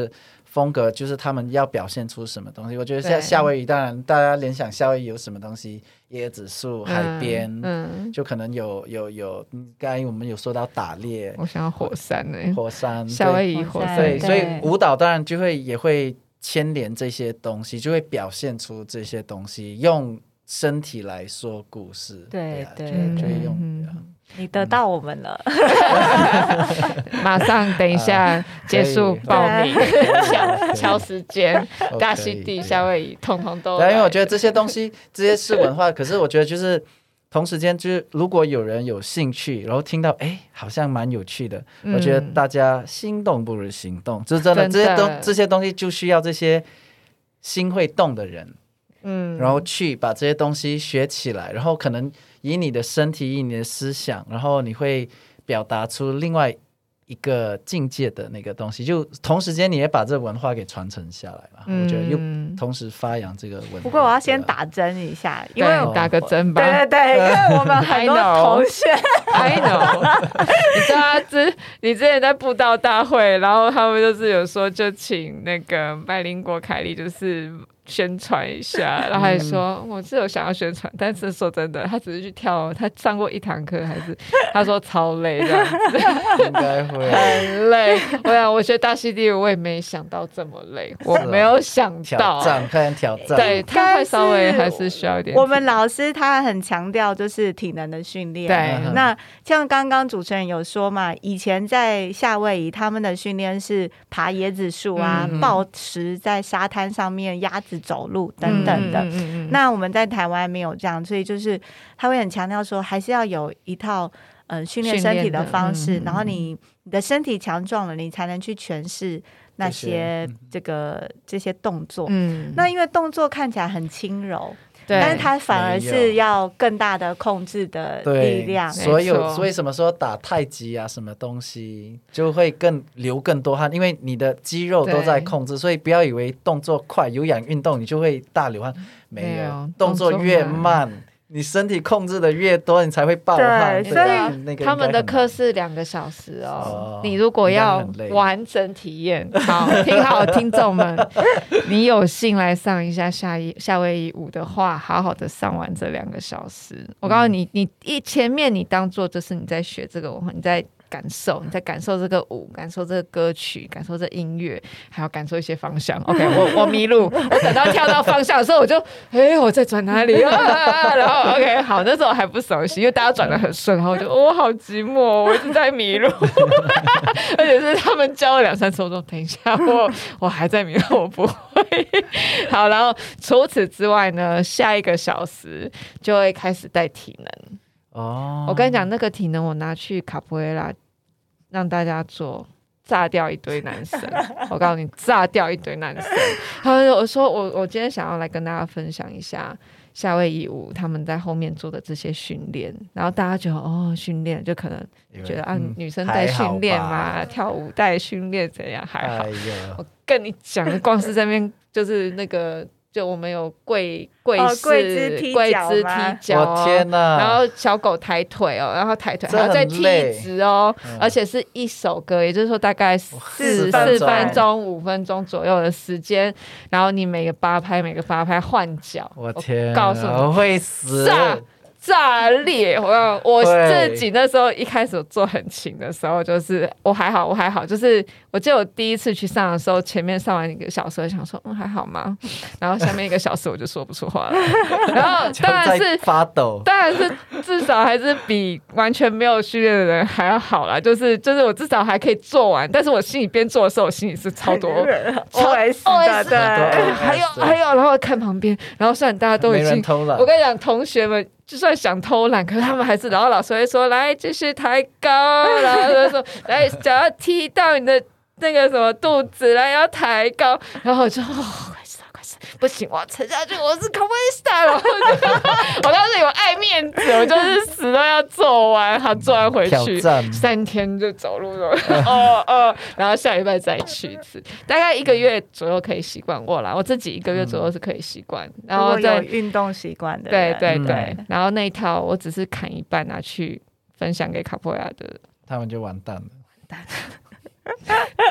风格，就是他们要表现出什么东西。我觉得像夏威夷，当然大家联想夏威夷有什么东西，椰子树、海边，嗯，就可能有有有，刚才我们有说到打猎， 我想要火山呢、欸， 火山， 夏威夷火山， 对，所以舞蹈当然就会也会牵连这些东西，就会表现出这些东西，用身体来说故事， 对对， 就会用。 嗯你得到我们了， 嗯、马上等一下结束报名，敲敲时间，大溪地、夏威夷，统统都来。 因为我觉得这些东西，这些是文化，可是我觉得就是同时间，就是如果有人有兴趣，然后听到哎，好像蛮有趣的，嗯、我觉得大家心动不如行动，就是真的，真的这些东这些东西就需要这些心会动的人。嗯，然后去把这些东西学起来，然后可能以你的身体，以你的思想，然后你会表达出另外一个境界的那个东西，就同时间你也把这文化给传承下来了、嗯、我觉得又同时发扬这个文化。 不过我要先打针一下，因为打个针吧。 对对对，因为我们很多同学 I know 你知道他之你之前在布道大会，然后他们就是有说就请那个百灵果凯莉就是宣传一下，然后还说、嗯、我是有想要宣传，但是说真的他只是去跳，他上过一堂课还是他说超累这样子应该会很累。我想我学大溪地我也没想到这么累，我没有想到挑战看人挑战， 对，他会稍微还是需要一点。 我们老师他很强调就是体能的训练，对，那像刚刚主持人有说嘛，以前在夏威夷他们的训练是爬椰子树啊、嗯、抱石在沙滩上面鸭子走路等等的、嗯嗯嗯嗯、那我们在台湾没有这样，所以就是他会很强调说还是要有一套呃训练身体的方式、嗯、然后你你的身体强壮了，你才能去诠释那些这个、嗯、这些动作、嗯、那因为动作看起来很轻柔，但是它反而是要更大的控制的力量。 所以所以什么时候打太极啊什么东西就会更流更多汗，因为你的肌肉都在控制，所以不要以为动作快有氧运动你就会大流汗，没有，没有动作越慢你身体控制的越多你才会爆汗。 对，所以、 那个、他们的课是两个小时哦，哦你如果要完整体验，好听好听众们你有幸来上一下夏夏威夷舞的话，好好的上完这两个小时、嗯、我告诉你，你一前面你当做就是你在学这个文化，你在感受，你在感受这个舞，感受这个歌曲，感受这音乐，还要感受一些方向。OK， 我我迷路，我等到跳到方向的时候，我就哎、欸，我在转哪里啊？然后 OK， 好，那时候还不熟悉，因为大家转得很顺，然后我就我、哦、好寂寞，我一直在迷路，而且是他们教了两三次，我说等一下，我我还在迷路，我不会。好，然后除此之外呢，下一个小时就会开始带体能。哦、我跟你讲，那个体能我拿去卡普埃拉让大家做，炸掉一堆男生。我告诉你，炸掉一堆男生。然后我说我我今天想要来跟大家分享一下夏威夷舞他们在后面做的这些训练，然后大家觉得哦，训练就可能觉得啊、嗯，女生带训练嘛，跳舞带训练怎样还好。哎、我跟你讲，光是这边就是那个。就我们有跪跪式、 哦、跪姿踢脚， 踢脚、哦， 我天哪！ 然后小狗抬腿哦，然后抬腿还要再踢直哦、嗯，而且是一首歌，也就是说大概四四分钟、五分钟左右的时间，然后你每个八拍、每个八拍换脚。 我天， 我告诉你， 我会死！ 炸裂！我我自己那时候一开始做很勤的时候，就是我还好，我还好，就是我记得我第一次去上的时候，前面上完一个小时，我想说嗯还好吗？然后下面一个小时我就说不出话了，然后当然是发抖， 当然是至少还是比完全没有训练的人还要好啦，就是就是我至少还可以做完，但是我心里边做的时候，我心里是超多超 S 的，对， 还有还有，然后看旁边，然后虽然大家都已经，我跟你讲，同学们。就算想偷懒，可是他们还是，然后老师会说来继续抬高，然后就说来脚要踢到你的那个什么肚子，来要抬高，然后我就哦快死了快死了，不行我要沉下去，我是 Common 然后我当时有爱面子，我就是死都要做完，好做完回去三天就走路了，哦哦，然后下礼拜再去一次，大概一个月左右可以习惯过啦，我自己一个月左右是可以习惯，嗯、然后有运动习惯的人，对对对，嗯、然后那一套我只是砍一半拿去分享给卡波亚的， 他们就完蛋了， 完蛋了。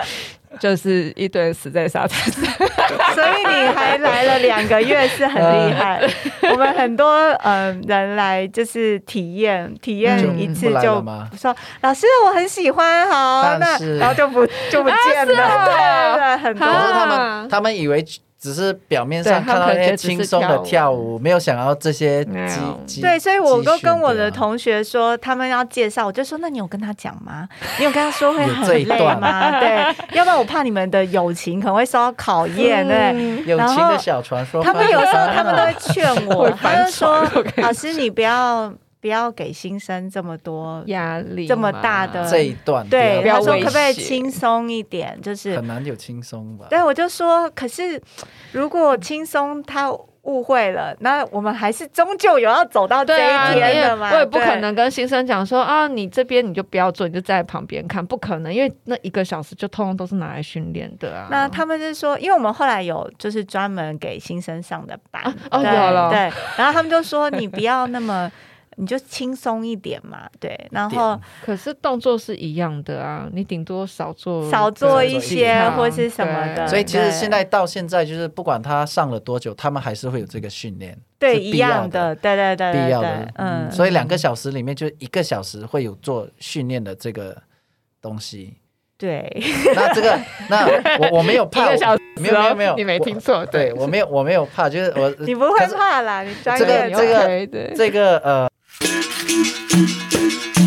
就是一堆人死在沙滩上。 所以你还来了两个月是很厉害。我们很多呃人来就是体验体验一次就说老师我很喜欢，好那然后就不就不见了。 啊、 对对，很多可是他们他们以为只是表面上看到那些轻松的跳舞，没有想到这些基对，所以我都跟我的同学说，他们要介绍，我就说那你有跟他讲吗？你有跟他说会很累吗？对，要不然我怕你们的友情可能会受到考验。对， 嗯、友情的小传说。 他们有时候他们都会劝我，他就说老师你不要。不要给新生这么多压力， 这么大的这一段。 对，他说可不可以轻松一点？就是很难有轻松吧。 对，我就说，可是如果轻松，他误会了，那我们还是终究有要走到这一天的嘛。 啊、我也不可能跟新生讲说啊，你这边你就不要做，你就在旁边看，不可能，因为那一个小时就通通都是拿来训练的啊。 那他们是说，因为我们后来有就是专门给新生上的班， 啊、哦，有了， 对，然后他们就说你不要那么。你就轻松一点嘛，对，然后可是动作是一样的啊，你顶多少做少做一些或是什么的， 所以其实现在到现在就是不管他上了多久，他们还是会有这个训练， 对，一样的，对对对， 必要的，嗯，所以两个小时里面就一个小时会有做训练的这个东西。 对， 那这个那我我没有怕， 一个小时没有没有没有， 你没听错， 对我没有我没有怕，就是我你不会怕啦，你专业这个这个这个呃。